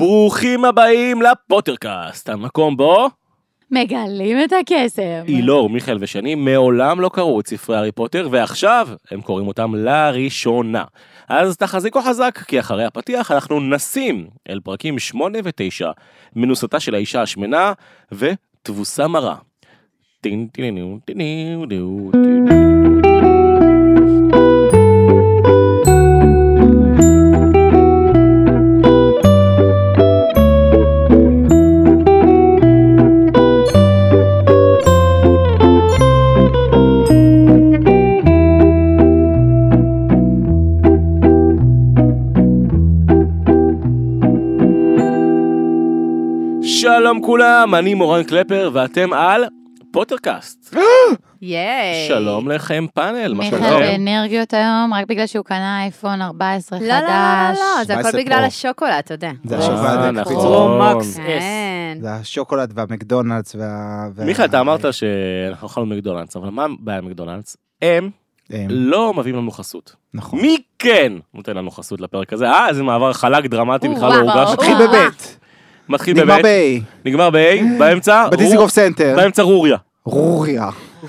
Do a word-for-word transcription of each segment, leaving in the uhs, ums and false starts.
ברוכים הבאים לפוטרקאסט, המקום בו מגלים את הקסם. אילור, מיכאל ושני מעולם לא קראו את ספרי הארי פוטר, ועכשיו הם קוראים אותם לראשונה. אז תחזיקו חזק, כי אחרי הפתיח אנחנו נסים אל פרקים שמונה ותשע, מנוסתה של האישה השמנה ותבוסה מרה. טין טין טין טין טין טין. שלום כולם, אני מורן קלפר ואתם על פוטרקאסט. ייי. שלום לכם פאנל, מה שלומכם? מיכאל באנרגיות היום, רק בגלל שהוא קנה אייפון ארבע עשרה חדש. לא, לא, לא, לא, זה הכל בגלל השוקולד, אתה יודע. זה השוקולד. נכון. זה השוקולד והמקדונלדס וה... מיכאל, אתה אמרת שאנחנו אכלנו מקדונלדס, אבל מה הבעיה עם מקדונלדס? הם לא מביאים לנו חסות. נכון. מי כן נותן לנו חסות לפרק הזה? אה, איזה מעבר חלק דרמטי, בכלל לא הורגש. מתחיל בבית. מתחיל נגמר בבית. ב-A. נגמר ב-A, באמצע. בדיזינגוף סנטר. באמצע רוריה. רוריה.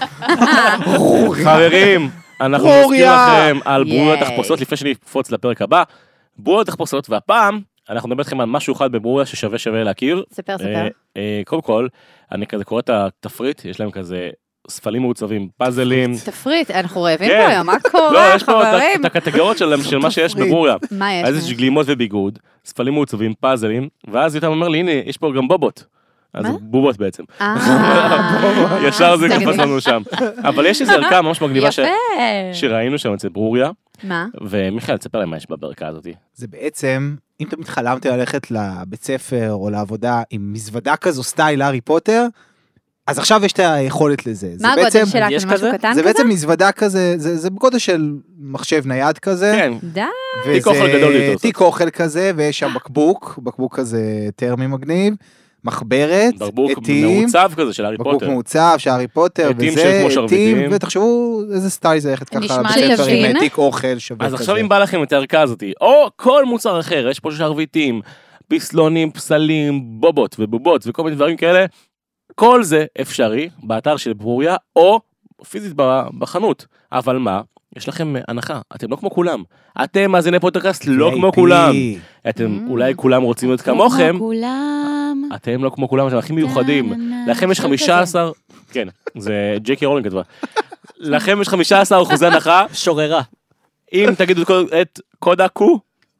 חברים, אנחנו נזכיר לכם על ברוריה תחפושות לפני שנפוץ לפרק הבא. ברוריה תחפושות, והפעם אנחנו נדבר לכם על משהו אחד בברוריה ששווה שווה להכיר. ספר, ספר. קודם כל, אני כזה קורא את התפריט, יש להם כזה ספלים מעוצבים, פאזלים. תפריט, אנחנו רעבים פה היום, מה קורה, חברים? לא, יש פה את הקטגוריות של מה שיש בברוריה. מה יש? אז יש גלימות וביגוד, ספלים מעוצבים, פאזלים, ואז יותם אומר לי, הנה, יש פה גם בובות. אז בובות בעצם. ישר זה קפץ לנו שם. אבל יש איזו ערכה ממש מגניבה שראינו שם אצל ברוריה. מה? ומיכאל, תספר להם מה יש בברכה הזאת. זה בעצם, אם תמיד חלמתם ללכת לבית ספר או לעבודה עם מזוודה כזו סטייל הארי פוטר, אז עכשיו יש את היכולת לזה. מה הגודל שלה? יש משהו כזה? קטן כזה? זה בעצם מזוודה כזה, זה, זה בגודל של מחשב נייד כזה. כן. די. תיק אוכל גדול יותר. תיק אוכל כזה, ויש שם בקבוק, בקבוק כזה טרמי מגניב, מחברת, בקבוק עטים, מעוצב כזה של הארי בקבוק פוטר. מעוצב של הארי פוטר, עטים וזה, של כמו שרביטים. ותחשבו איזה סטייל זה ללכת ככה נשמע לבית ספר יבין. עם תיק אוכל שווה אז כזה. עכשיו אם בא לכם את הערכה הזאת, או כל מוצר אחר, יש פה שרביטים, פסלונים, פסלים, בובות ובובות וכל מיני דברים כאלה, כל זה אפשרי באתר של ברוריה, או פיזית בחנות. אבל מה? יש לכם הנחה, אתם לא כמו כולם. אתם מאזיני פודקאסט לא כמו כולם. אתם אולי כולם רוצים להיות כמוכם. כמו כולם. אתם לא כמו כולם, אתם הכי מיוחדים. לכם יש חמישה עשר, כן, זה ג'קי רולינג כתבה. לכם יש חמישה עשר אחוזי הנחה. שוררה. אם תגידו את קוד הקו,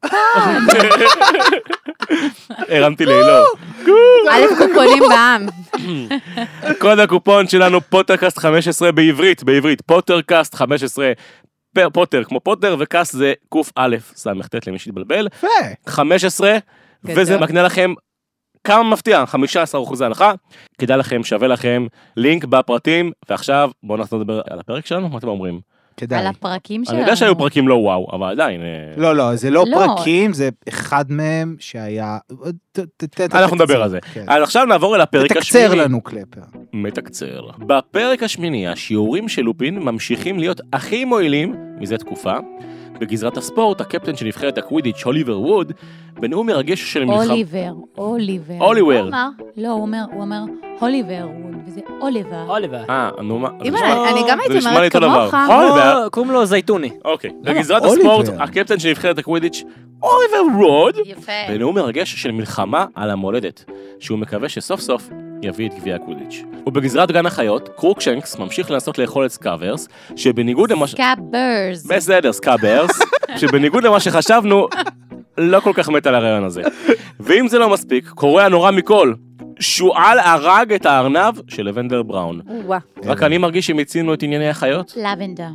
הרמתי לילו. א' קופונים בעם. קוד הקופון שלנו פוטרקאסט חמש עשרה בעברית, בעברית, פוטרקאסט חמש עשרה, פוטר כמו פוטר, וקאסט זה קוף א', סמכתת למי שתבלבל, חמש עשרה, וזה מקנה לכם כמה מפתיע, חמישה עשר אחוזי הנחה, כדאי לכם, שווה לכם, לינק בפרטים, ועכשיו בואו נחזור לדבר על הפרק שלנו, מה אתם אומרים? כדאי. על הפרקים שלנו. אני יודע שהיו פרקים לא וואו, אבל עדיין. לא, לא, זה לא לא. פרקים, זה אחד מהם שהיה... ת- ת- ת- אנחנו ת- נדבר ת- על זה. כן. אז עכשיו נעבור אל הפרק השמיני. תקצר לנו קלפר. מתקצר. בפרק השמיני, השיעורים של לופין ממשיכים להיות הכי מועילים מזה תקופה. בגזרת הספורט, הקפטן של נבחרת הקווידיץ' הוליבר ווד, בנאום מרגש של מלחמה... אוליבר, אוליבר. אוליבר. הוא אמר, לא, הוא אומר, הוא אומר, הוליבר, וזה אוליבר. אוליבר. אה, נו מה? אימא, אני גם הייתי נשמע לי אומרת אותו דבר. כמוך. אוליבר. קוראים לו זייתוני. אוקיי. בגזרת אוליבר. הספורט, הקפטן של נבחרת הקווידיץ' אוליבר ווד, יפה. בנאום מרגש של מלחמה על המולדת, שהוא מקווה שסוף סוף יביא את גביע הקווידיץ'. ובגזרת גן החיות, קרוקשנקס ממשיך לנסות לאכול את סקאברס, שבניגוד למה... סקאברס. בסדר, סקאברס, שבניגוד למה שחשבנו, לא כל כך מת על הרעיון הזה. ואם זה לא מספיק, קורה הנורא מכל, שועל הרג את הארנב של לבנדר בראון. וואה. רק אני מרגיש שמיצינו את ענייני החיות. לבנדר.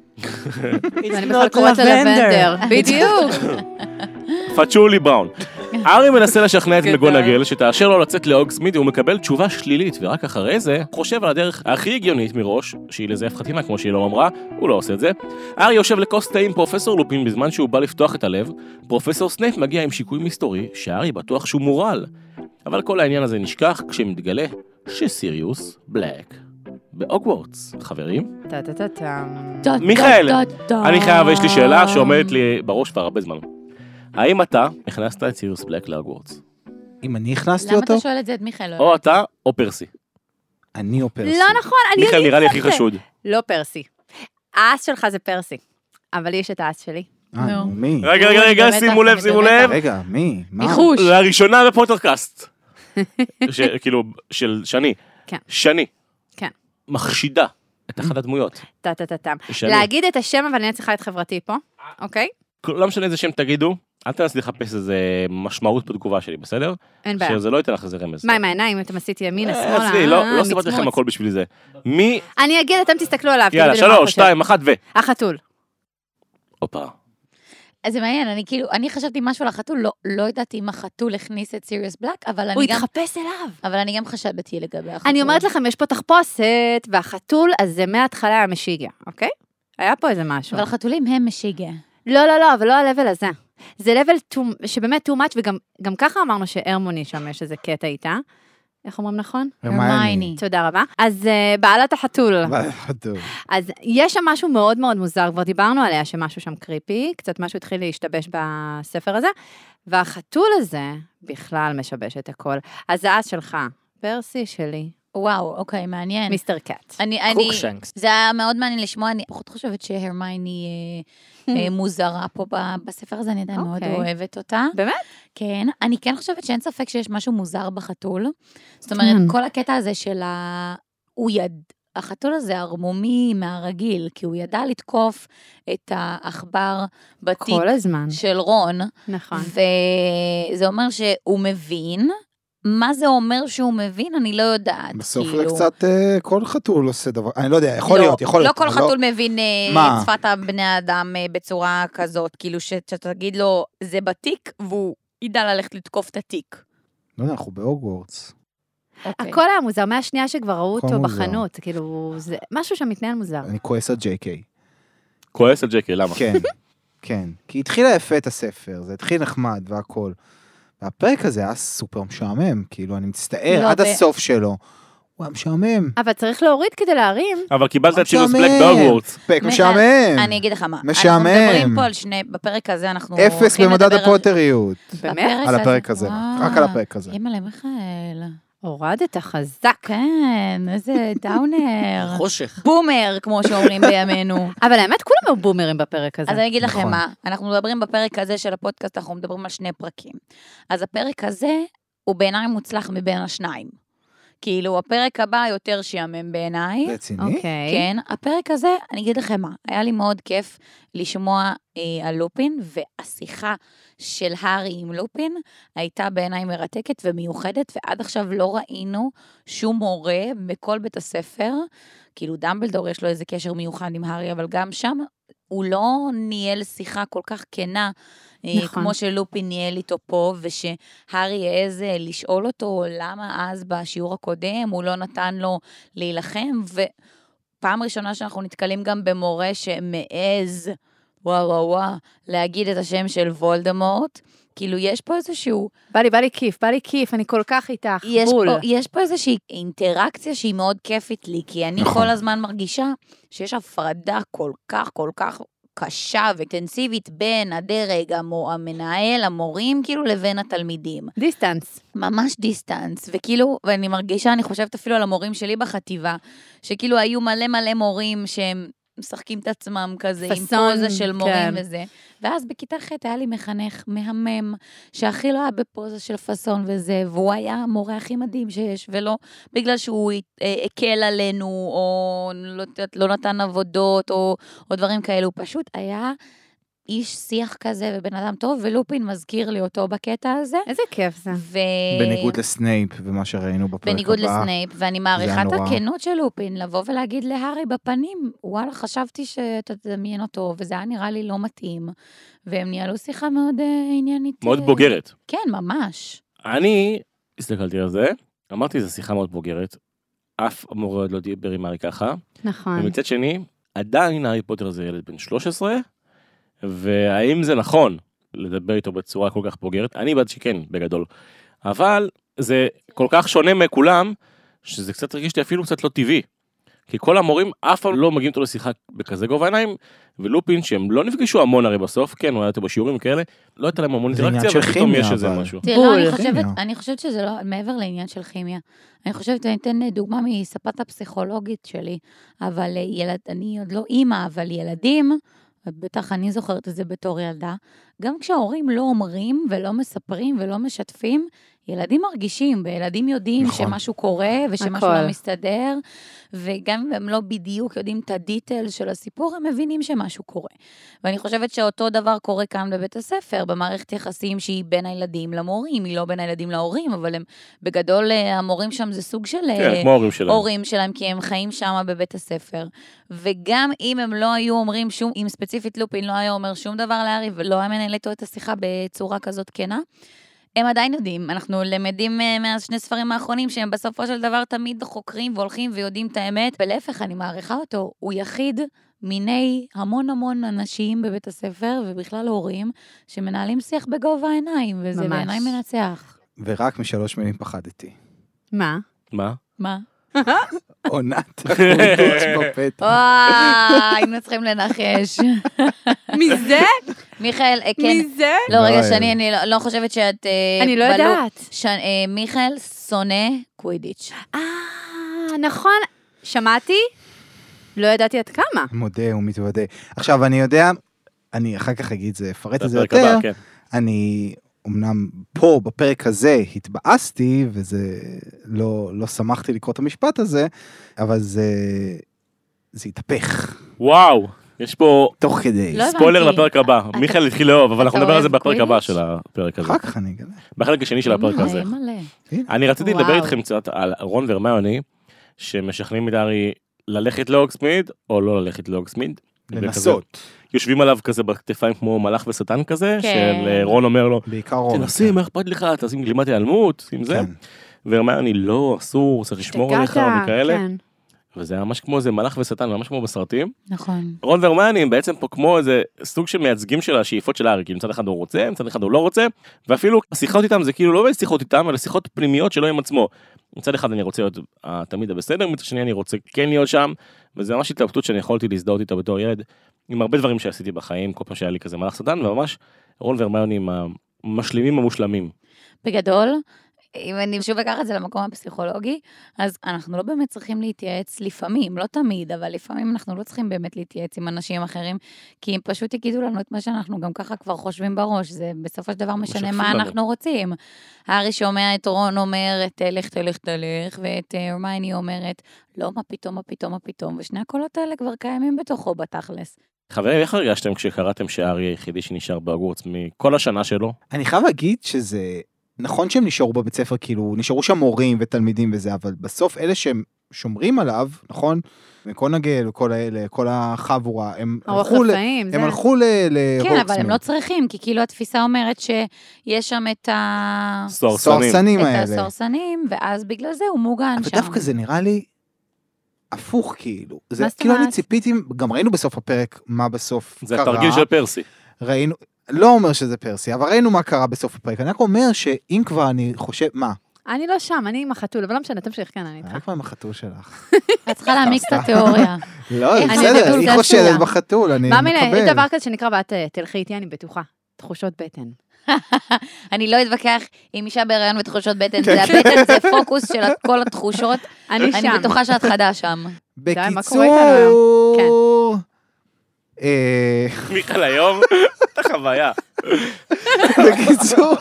אני בכלל קוראת ללבנדר. בדיוק. פצ'ולי בראון. הארי מנסה לשכנע את מגונגל שתאשר לו לצאת להוגסמיד והוא מקבל תשובה שלילית, ורק אחרי זה חושב על הדרך הכי הגיונית מראש, שהיא לזייף חתימה כמו שהיא לא אמרה, הוא לא עושה את זה. הארי יושב לכוס תה עם פרופסור לופין בזמן שהוא בא לפתוח את הלב, פרופסור סנייפ מגיע עם שיקוי מסתורי שהארי בטוח שהוא מורל. אבל כל העניין הזה נשכח כשמתגלה שסיריוס בלק בהוגוורטס. חברים? טה-טה-טה-טה. מיכאל, אני חייב, יש לי שאלה שעומדת לי בראש כבר הרבה זמן. האם אתה הכנסת את סיריוס בלק להוגוורטס? אם אני הכנסתי למה אותו, אתה שואל את זה את מיכאל? או אתה, או פרסי. אני או פרסי. לא נכון, אני מיכאל נראה לי הכי את זה. חשוד. לא פרסי. האס שלך זה פרסי. אבל יש את האס שלי. אה, נו, מי? רגע, רגע, רגע, במתח, שימו לב, אני שימו במתח. לב. רגע, מי? מה? ניחוש. לראשונה בפוטרקאסט. ש- כאילו, של שני. כן. שני. כן. מחשידה את אחת הדמויות. טה-טה-טה-טם. שני. להגיד את השם, אבל אני צריכה את חברתי פה, אוקיי? לא משנה איזה שם תגידו, אל תנסי לחפש איזה משמעות בתגובה שלי, בסדר? אין בעיה. שזה לא ייתן לך איזה רמז. מה עם העיניים, אם אתם עשיתי ימינה, אה, שמאלה, עזבי, לא אה, לא סיפרתי לכם מצמוץ. הכל בשביל זה. מי... אני אגיד, אתם תסתכלו עליו. יאללה, תגידו לי מה שלוש, חושב. שתיים, אחת ו... החתול. הופה. אז זה מעניין, אני כאילו, אני חשבתי משהו על החתול, לא, לא ידעתי אם החתול הכניס את סיריוס בלק, אבל הוא אני גם, התחפש אליו. אבל אני גם חשדתי לגבי החתול. אני אומרת לכם, יש פה תחפושת, והחתול, אז זה מההתחלה היה משיגה, אוקיי? היה פה איזה משהו. אבל חתולים הם משיגה. לא, לא, לא, אבל לא ה-level הזה. זה level שבאמת too much, וגם גם ככה אמרנו שהרמוני שם יש איזה קטע איתה. איך אומרים נכון? הרמייני. תודה רבה. אז uh, בעלת החתול. חתול. אז יש שם משהו מאוד מאוד מוזר, כבר דיברנו עליה שמשהו שם קריפי, קצת משהו התחיל להשתבש בספר הזה, והחתול הזה בכלל משבש את הכל. אז האס שלך, פרסי שלי, וואו, אוקיי, מעניין. מיסטר קאט. אני, אני, קרוקשנקס. זה היה מאוד מעניין לשמוע, אני פחות חושבת שהרמייני אה, אה, מוזרה פה ב- בספר הזה, אני עדיין מאוד אוקיי. אוהבת אותה. באמת? כן, אני כן חושבת שאין ספק שיש משהו מוזר בחתול. זאת אומרת, כן. כל הקטע הזה של ה... הוא יד... החתול הזה ערמומי מהרגיל, כי הוא ידע לתקוף את העכבר בתיק כל הזמן. של רון, נכון. וזה אומר שהוא מבין. מה זה אומר שהוא מבין? אני לא יודעת. בסוף זה כאילו. קצת, אה, כל חתול עושה דבר, אני לא יודע, יכול לא, להיות, יכול לא להיות. כל אבל חתול מבין אה, מה? את שפת הבני האדם אה, בצורה כזאת, כאילו ש- שתגיד לו, זה בתיק, והוא ידע ללכת לתקוף את התיק. לא יודע, אנחנו בהוגוורטס. אוקיי. הכל היה מוזר, מהשנייה שכבר ראו הכל אותו מוזר. בחנות, כאילו, זה משהו שם מתנהל מוזר. אני כועס על ג'יי קיי. כועס על ג'קי, למה? כן, כן. כי התחילה יפה את הספר, זה התחיל נחמד והכל. והפרק הזה היה סופר משעמם, כאילו, אני מצטער, לא, עד ב- הסוף שלו. הוא היה משעמם. אבל צריך להוריד כדי להרים. אבל קיבלת את סיריוס משעמם. בלק בהוגוורטס. פרק מ- משעמם. אני אגיד לך מה. משעמם. אנחנו מדברים פה על שני, בפרק הזה אנחנו... אפס הולכים במדד לדבר על- הפוטריות. באמת? על הפרק הזה, וואו. רק על הפרק הזה. אימא'לה מיכאל. הורדת חזק. כן, איזה דאונר. חושך. בומר, כמו שאומרים בימינו. אבל האמת, כולם היו בומרים בפרק הזה. אז אני אגיד לכם נכון. מה, אנחנו מדברים בפרק הזה של הפודקאסט, אנחנו מדברים על שני פרקים. אז הפרק הזה הוא בעיניי מוצלח מבין השניים. כאילו, הפרק הבא יותר שיאמם בעיניי. רציני? אוקיי. כן, הפרק הזה, אני אגיד לכם מה, היה לי מאוד כיף לשמוע אה, על לופין, והשיחה של הארי עם לופין הייתה בעיניי מרתקת ומיוחדת, ועד עכשיו לא ראינו שום מורה בכל בית הספר, כאילו דמבלדור יש לו איזה קשר מיוחד עם הארי, אבל גם שם הוא לא ניהל שיחה כל כך כנה, נכון. נכון. כמו שלופין ניהל איתו פה, ושהארי העז לשאול אותו למה אז בשיעור הקודם הוא לא נתן לו להילחם, ופעם ראשונה שאנחנו נתקלים גם במורה שמעז, וואו וואו וואו, להגיד את השם של וולדמורט, כאילו יש פה איזשהו, בא לי, בא לי כיף, בא לי כיף, אני כל כך איתך, יש בול. פה, יש פה איזושהי אינטראקציה שהיא מאוד כיפית לי, כי אני נכון. כל הזמן מרגישה שיש הפרדה כל כך, כל כך קשה ואינטנסיבית בין הדרג, המור, המנהל, המורים, כאילו, לבין התלמידים. דיסטנס. ממש דיסטנס, וכאילו, ואני מרגישה, אני חושבת אפילו על המורים שלי בחטיבה, שכאילו היו מלא מלא מורים שהם משחקים את עצמם כזה, עם פסון, פוזה של מורים כן. וזה. ואז בכיתה ח' היה לי מחנך מהמם, שהכי לא היה בפוזה של פסון וזה, והוא היה המורה הכי מדהים שיש, ולא בגלל שהוא אה, הקל עלינו, או לא, יודעת, לא נתן עבודות, או, או דברים כאלו, הוא פשוט היה איש שיח כזה, ובן אדם טוב, ולופין מזכיר לי אותו בקטע הזה. איזה כיף זה. ו... בניגוד לסנייפ ומה שראינו בפרק הבא. בניגוד לסנייפ, ואני מעריכה היה את נורא. הכנות של לופין, לבוא ולהגיד להארי בפנים, וואלה, חשבתי שאתה תדמיין אותו, וזה היה נראה לי לא מתאים, והם ניהלו שיחה מאוד אה, עניינית. מאוד אה, בוגרת. כן, ממש. אני הסתכלתי על זה, אמרתי, זו שיחה מאוד בוגרת, אף המורה עוד לא דיבר עם הארי ככה, נכון. ומצד שני, עדיין הארי פוטר זה ילד בן שלוש עשרה, והאם זה נכון לדבר איתו בצורה כל כך בוגרת? אני בעד שכן, בגדול. אבל זה כל כך שונה מכולם, שזה קצת הרגיש לי אפילו קצת לא טבעי. כי כל המורים אף פעם לא מגיעים אותו לשיחה בכזה גובה העיניים, ולופין שהם לא נפגשו המון הרי בסוף, כן, הוא היה איתו בשיעורים כאלה, לא הייתה להם המון זה עניין אינטראקציה, של ופתאום כימיה, יש איזה אבל. משהו. תראה, לא, אני בול. חושבת, כימיה. אני חושבת שזה לא, מעבר לעניין של כימיה. אני חושבת, אני אתן דוגמה מספת הפסיכולוגית שלי, אבל ילד, אני עוד לא אימא, אבל ילדים, בטח אני זוכרת את זה בתור ילדה, גם כשההורים לא אומרים ולא מספרים ולא משתפים, ילדים מרגישים, וילדים יודעים נכון. שמשהו קורה ושמשהו הכל. לא מסתדר, וגם אם הם לא בדיוק יודעים את הדיטל של הסיפור, הם מבינים שמשהו קורה. ואני חושבת שאותו דבר קורה כאן בבית הספר, במערכת יחסים שהיא בין הילדים למורים, היא לא בין הילדים להורים, אבל הם בגדול המורים שם זה סוג של כן, כמו ההורים שלהם. הורים שלהם, כי הם חיים שם בבית הספר. וגם אם הם לא היו אומרים שום, אם ספציפית לופין לא היה אומר שום דבר להארי, ולא היה מנהל איתו את השיחה בצורה כזאת כנה, הם עדיין יודעים, אנחנו למדים מאז שני ספרים האחרונים, שהם בסופו של דבר תמיד חוקרים והולכים ויודעים את האמת, ולהפך, אני מעריכה אותו, הוא יחיד מיני המון המון אנשים בבית הספר, ובכלל הורים, שמנהלים שיח בגובה העיניים, וזה ממש. בעיניי מנצח. ורק משלוש מילים פחדתי. מה? מה? מה? עונת החוטוש בפתח. וואי, היינו צריכים לנחש. מזה? מיכאל, אה, כן. מזה? לא, לא, רגע, אה. שאני אני לא- לא חושבת שאת... אה, אני לא בלופ. יודעת. ש- אה, מיכאל שונא קווידיץ'. אה, נכון. שמעתי? לא ידעתי עד כמה. מודה ומתוודה. עכשיו, אני יודע, אני אחר כך אגיד זה, אפרט את זה בפרק יותר. הבא, כן. אני אמנם פה בפרק הזה התבאסתי, וזה לא, לא שמחתי לקרוא את המשפט הזה, אבל זה, זה התהפך. וואו, יש פה תוך כדי. לא ספוילר הבנתי. לפרק הבא. אתה- מיכאל התחיל לאהוב, אבל אתה אנחנו נדבר על זה אוהב בפרק הבא קווידיץ'? של הפרק הזה. אחר כך אני אגלה. בחלק השני של הפרק הזה. מלא, מלא. אני רציתי לדבר וואו. איתכם קצת על רון והרמיוני, שמשכנעים את הארי ללכת להוגסמיד, או לא ללכת להוגסמיד. לנסות. יושבים עליו כזה בכתפיים כמו מלאך ושטן כזה, כן. של אה, רון אומר לו, בעיקר רון. תנסי, מה אכפת לך, תשים גלימת היעלמות, שים זה. כן. והרמיוני, לא, אסור, צריך לשמור עליך השתגעת, וכאלה. כן. וזה היה ממש כמו איזה מלאך ושטן, ממש כמו בסרטים. נכון. רון והרמיוני הם בעצם פה כמו איזה סוג של מייצגים של השאיפות של הארי, כי מצד אחד הוא רוצה, מצד אחד הוא לא רוצה, ואפילו השיחות איתם זה כאילו לא שיחות איתם, אלא שיחות פנימיות שלו עם עצמו. מצד אחד אני רוצה להיות אה, תמיד הבסדר, מצד שני אני רוצה כן להיות שם, וזה ממש התלבטות שאני יכולתי להזדהות איתה בתור ילד, עם הרבה דברים שעשיתי בחיים, כל פעם שהיה לי כזה מלאך שטן, וממש רון והרמיוני עם המשלימים המושלמים. בגדול, אם אני שוב אקח את זה למקום הפסיכולוגי, אז אנחנו לא באמת צריכים להתייעץ לפעמים, לא תמיד, אבל לפעמים אנחנו לא צריכים באמת להתייעץ עם אנשים אחרים, כי הם פשוט יגידו לנו את מה שאנחנו גם ככה כבר חושבים בראש, זה בסופו של דבר משנה משקפים מה לנו. אנחנו רוצים. הארי שומע את רון אומרת, תלך, תלך, תלך, ואת הרמייני אומרת, לא, מה פתאום, מה פתאום, מה פתאום, ושני הקולות האלה כבר קיימים בתוכו בתכלס. חברים, איך הרגשתם כשקראתם שהארי היחידי שנשאר בהוגוורטס מכל השנה שלו? אני חייב להגיד שזה נכון שהם נשארו בבית ספר, כאילו, נשארו שם מורים ותלמידים וזה, אבל בסוף אלה שהם שומרים עליו, נכון? מקונגל וכל האלה, כל החבורה, הם אורח הלכו ל- רפאים, זה. הם הלכו להוגסמיד. כן, אבל הם לא צריכים, כי כאילו התפיסה אומרת שיש שם את ה... סוהרסנים. סוהרסנים את האלה. הסוהרסנים, ואז בגלל זה הוא מוגן אבל שם. דווקא זה נראה לי הפוך, כאילו. זה, מה זאת כאילו אני אומרת? ציפיתי, גם ראינו בסוף הפרק מה בסוף זה קרה. התרגיל של פרסי. ראינו, לא אומר שזה פרסי, אבל ראינו מה קרה בסוף הפרק. אני רק אומר שאם כבר אני חושב, מה? אני לא שם, אני עם החתול, אבל לא משנה, תמשיך, כן, אני איתך. אני כבר עם החתול שלך. את צריכה להעמיק את התיאוריה. לא, זה אני בסדר, חתול היא זה חושדת אסורה. בחתול, אני מה מילה, יש מקבל. דבר כזה שנקרא, ואת אה, תלכי איתי, אני בטוחה. תחושות בטן. אני לא אתווכח עם אישה בהיריון ותחושות בטן, זה הבטן, זה פוקוס של כל התחושות. אני שם. אני בטוחה שאת חדה שם. די, מה קורה איתנו היום? בקיצור, אה, מיכאל היום, את החוויה. בקיצור,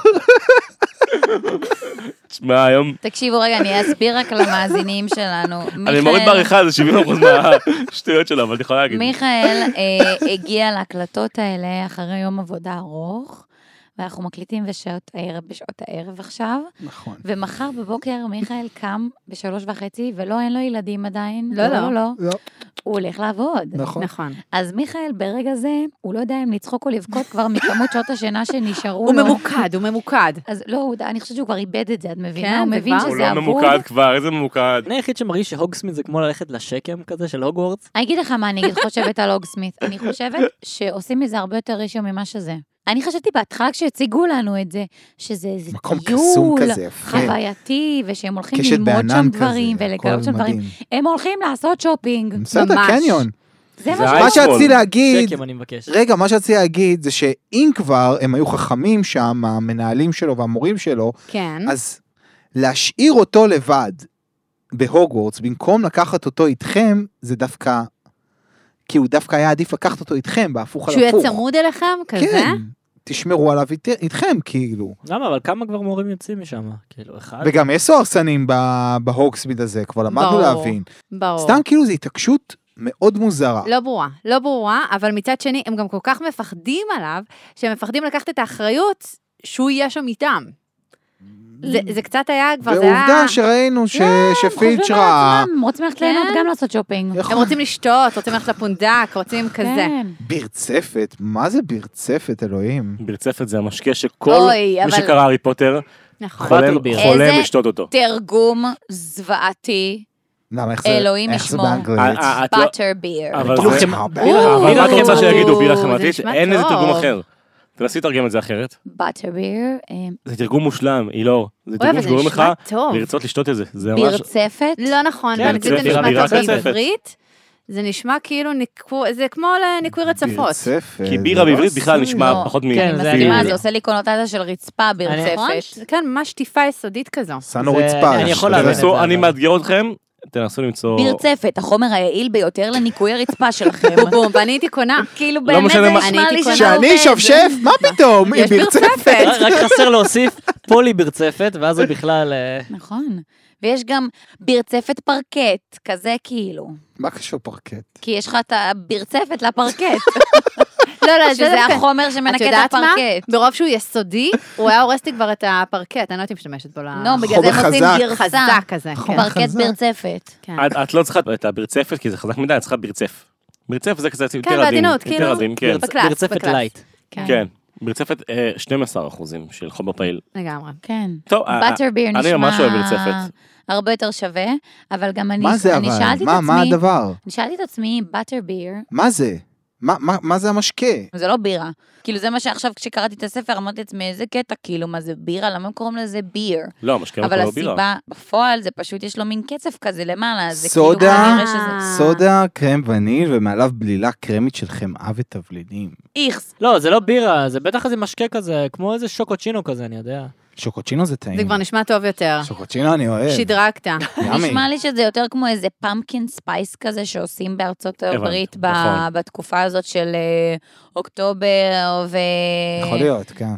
תשמע, היום, תקשיבו רגע, אני אסביר רק למאזינים שלנו. אני מיכאל- מוריד בעריכה, זה שבעים אחוז מהשטויות שלו, אבל את יכולה להגיד. מיכאל אה, הגיע להקלטות האלה אחרי יום עבודה ארוך, ואנחנו מקליטים בשעות הערב, בשעות הערב עכשיו, נכון. ומחר בבוקר מיכאל קם בשלוש וחצי, ולא, אין לו ילדים עדיין. לא, לא. לא. לא, הוא הולך לעבוד. נכון. נכון. אז מיכאל ברגע זה, הוא לא יודע אם לצחוק או לבכות כבר מכמות שעות השינה שנשארו הוא לו. ממוקד, הוא ממוקד. אז לא, הוא- אני חושבת שהוא כבר איבד את זה, את מבינה? כן, הוא זה מבין כבר- הוא שזה לא אבוד. ממוקד כבר, איזה ממוקד. אני היחיד שמרגיש שהוגסמית זה כמו ללכת לשקם כזה של הוגוורטס. אני אגיד לך מה אני חושבת על הוגסמית. אני חושבת שעושים מזה הרבה יותר רישו ממה שזה. אני חשבתי בהתחלה כשהציגו לנו את זה, שזה איזה מקום טיול, קסום כזה, יפה. חווייתי, ושהם הולכים קשת ללמוד בענן שם כזה, דברים, הכל ולגלות שם דברים. מדהים. הם הולכים לעשות שופינג. בסדר, ממש. קניון. זה זה מה היה- מה ש... שרציתי להגיד, שקם אני מבקש. רגע, מה שרציתי להגיד זה שאם כבר הם היו חכמים שם, המנהלים שלו והמורים שלו, כן. אז להשאיר אותו לבד בהוגוורטס, במקום לקחת אותו איתכם, זה דווקא, כי הוא דווקא היה עדיף לקחת אותו איתכם, בהפוך על שהוא הפוך. יהיה צמוד אליכם, כזה? כן, תשמרו עליו אית- איתכם, כאילו. למה? אבל כמה כבר מורים יוצאים משם? כאילו, אחד? וגם יש סוהרסנים ב- בהוגסמיד הזה, כבר למדנו ברור. להבין. ברור. סתם כאילו זו התעקשות מאוד מוזרה. לא ברורה, לא ברורה, אבל מצד שני, הם גם כל כך מפחדים עליו, שהם מפחדים לקחת את האחריות שהוא יהיה שם איתם. זה, זה קצת היה, כבר זה היה... ועובדה שראינו ש- שפילץ' חושבים ראה, על עצמם, רוצים ללכת ליהנות כן. גם לעשות שופינג. איך- הם רוצים לשתות, רוצים ללכת לפונדק, רוצים כזה. כן. ברצפת, מה זה ברצפת, אלוהים? ברצפת זה המשקה שכל אוי, מי אבל- שקרא הארי פוטר נכון. חולם Butterbeer. חולם איזה- לשתות אותו. תרגום זוועתי, למה, איך זה, אלוהים איך זה ישמור. באנגלית? אה, אה, את לא- באטר ביר. אבל כאילו זה- חמ- הרבה. אבל מה את רוצה חמוד. שיגידו בירה זה חמתית? נשמע אין לזה טוב. תרגום אחר. תנסי לתרגם את זה אחרת. באטר ביר, זה תרגום מושלם, אילור. זה אוי, תרגום אבל זה שגורם לך נשמע טוב. לרצות לשתות את זה. זה ממש... ברצפת. לא נכון, כן, באנגלית זה בירה- נשמע בירה טוב רצפת. בעברית. זה נשמע כאילו, ניקו- זה כמו לניקוי רצפות. ברצפת. כי זה בירה לא בעברית בכלל עשוי. נשמע לא. פחות מ... כן, אני זה מסכימה, אני- זה עושה לי קונוטציה של רצפה נכון? ברצפת. כן, ממש טיפה יסודית כזו. שנו זה- רצפה. אני יש יכול לך. להבין. תנסו, זה, אני אבל- מאתגר אתכם, תנסו למצוא... ברצפת, החומר היעיל ביותר לניקוי הרצפה שלכם. בום בום, ואני הייתי קונה. כאילו לא באמת משנה זה מה- נשמע אני לי הייתי שזה קונה. עובד. שאני שפשף? מה פתאום? היא יש ברצפת. ברצפת. רק חסר להוסיף פולי ברצפת, ואז זה בכלל... אה, נכון. ויש גם ברצפת פרקט, כזה כאילו. מה קשור פרקט? כי יש לך את הברצפת לפרקט, לא, לא, זה שזה דווקא... החומר את שמנקה את יודעת מה? הפרקט. ברוב שהוא יסודי, הוא היה הורס לי כבר את הפרקט, אני לא הייתי משתמשת בו ל... לא, בגלל זה חומר הם עושים חזק. גרסה. חזק כזה. כן. פרקט חזק. ברצפת. כן. את- את לא צריכה את הברצפת, כי זה חזק מדי, את צריכה ברצף. ברצף זה קצת יותר עדין. בעדינות, יותר כאילו. עדין, כן. בקלאס, ברצפת בקלאס. לייט. כן. ברצפת אה, שנים עשר אחוזים של חומר פעיל. לגמרי. כן. טוב, אה, באטר ביר אני ממש אוהב ברצפת. נשמע הרבה יותר שווה, אבל גם אני מה זה אני אבל? שאלתי את מה מה עצמי, הדבר? אני שאלתי את עצמי, באטר ביר, מה זה? מה- מה מה זה המשקה? זה לא בירה. כאילו זה מה שעכשיו כשקראתי את הספר אמרתי לעצמי, איזה קטע, כאילו, מה זה בירה? למה הם קוראים לזה ביר? לא, המשקה אבל לא בירה. הסיבה בפועל זה פשוט יש לו מין קצף כזה למעלה, אז זה סודה? כאילו כנראה שזה... סודה, קרם וניל, ומעליו בלילה קרמית של חמאה ותבלינים. איכס. לא, זה לא בירה, זה בטח איזה משקה כזה, כמו איזה שוקוצ'ינו כזה, אני יודע. שוקוצ'ינו זה טעים. זה כבר נשמע טוב יותר. שוקוצ'ינו אני אוהב. שדרגת. ימי. נשמע לי שזה יותר כמו איזה פמפקין ספייס כזה שעושים בארצות הבנתי, הברית ב- נכון. בתקופה הזאת של אה, אוקטובר ו... יכול להיות, כן.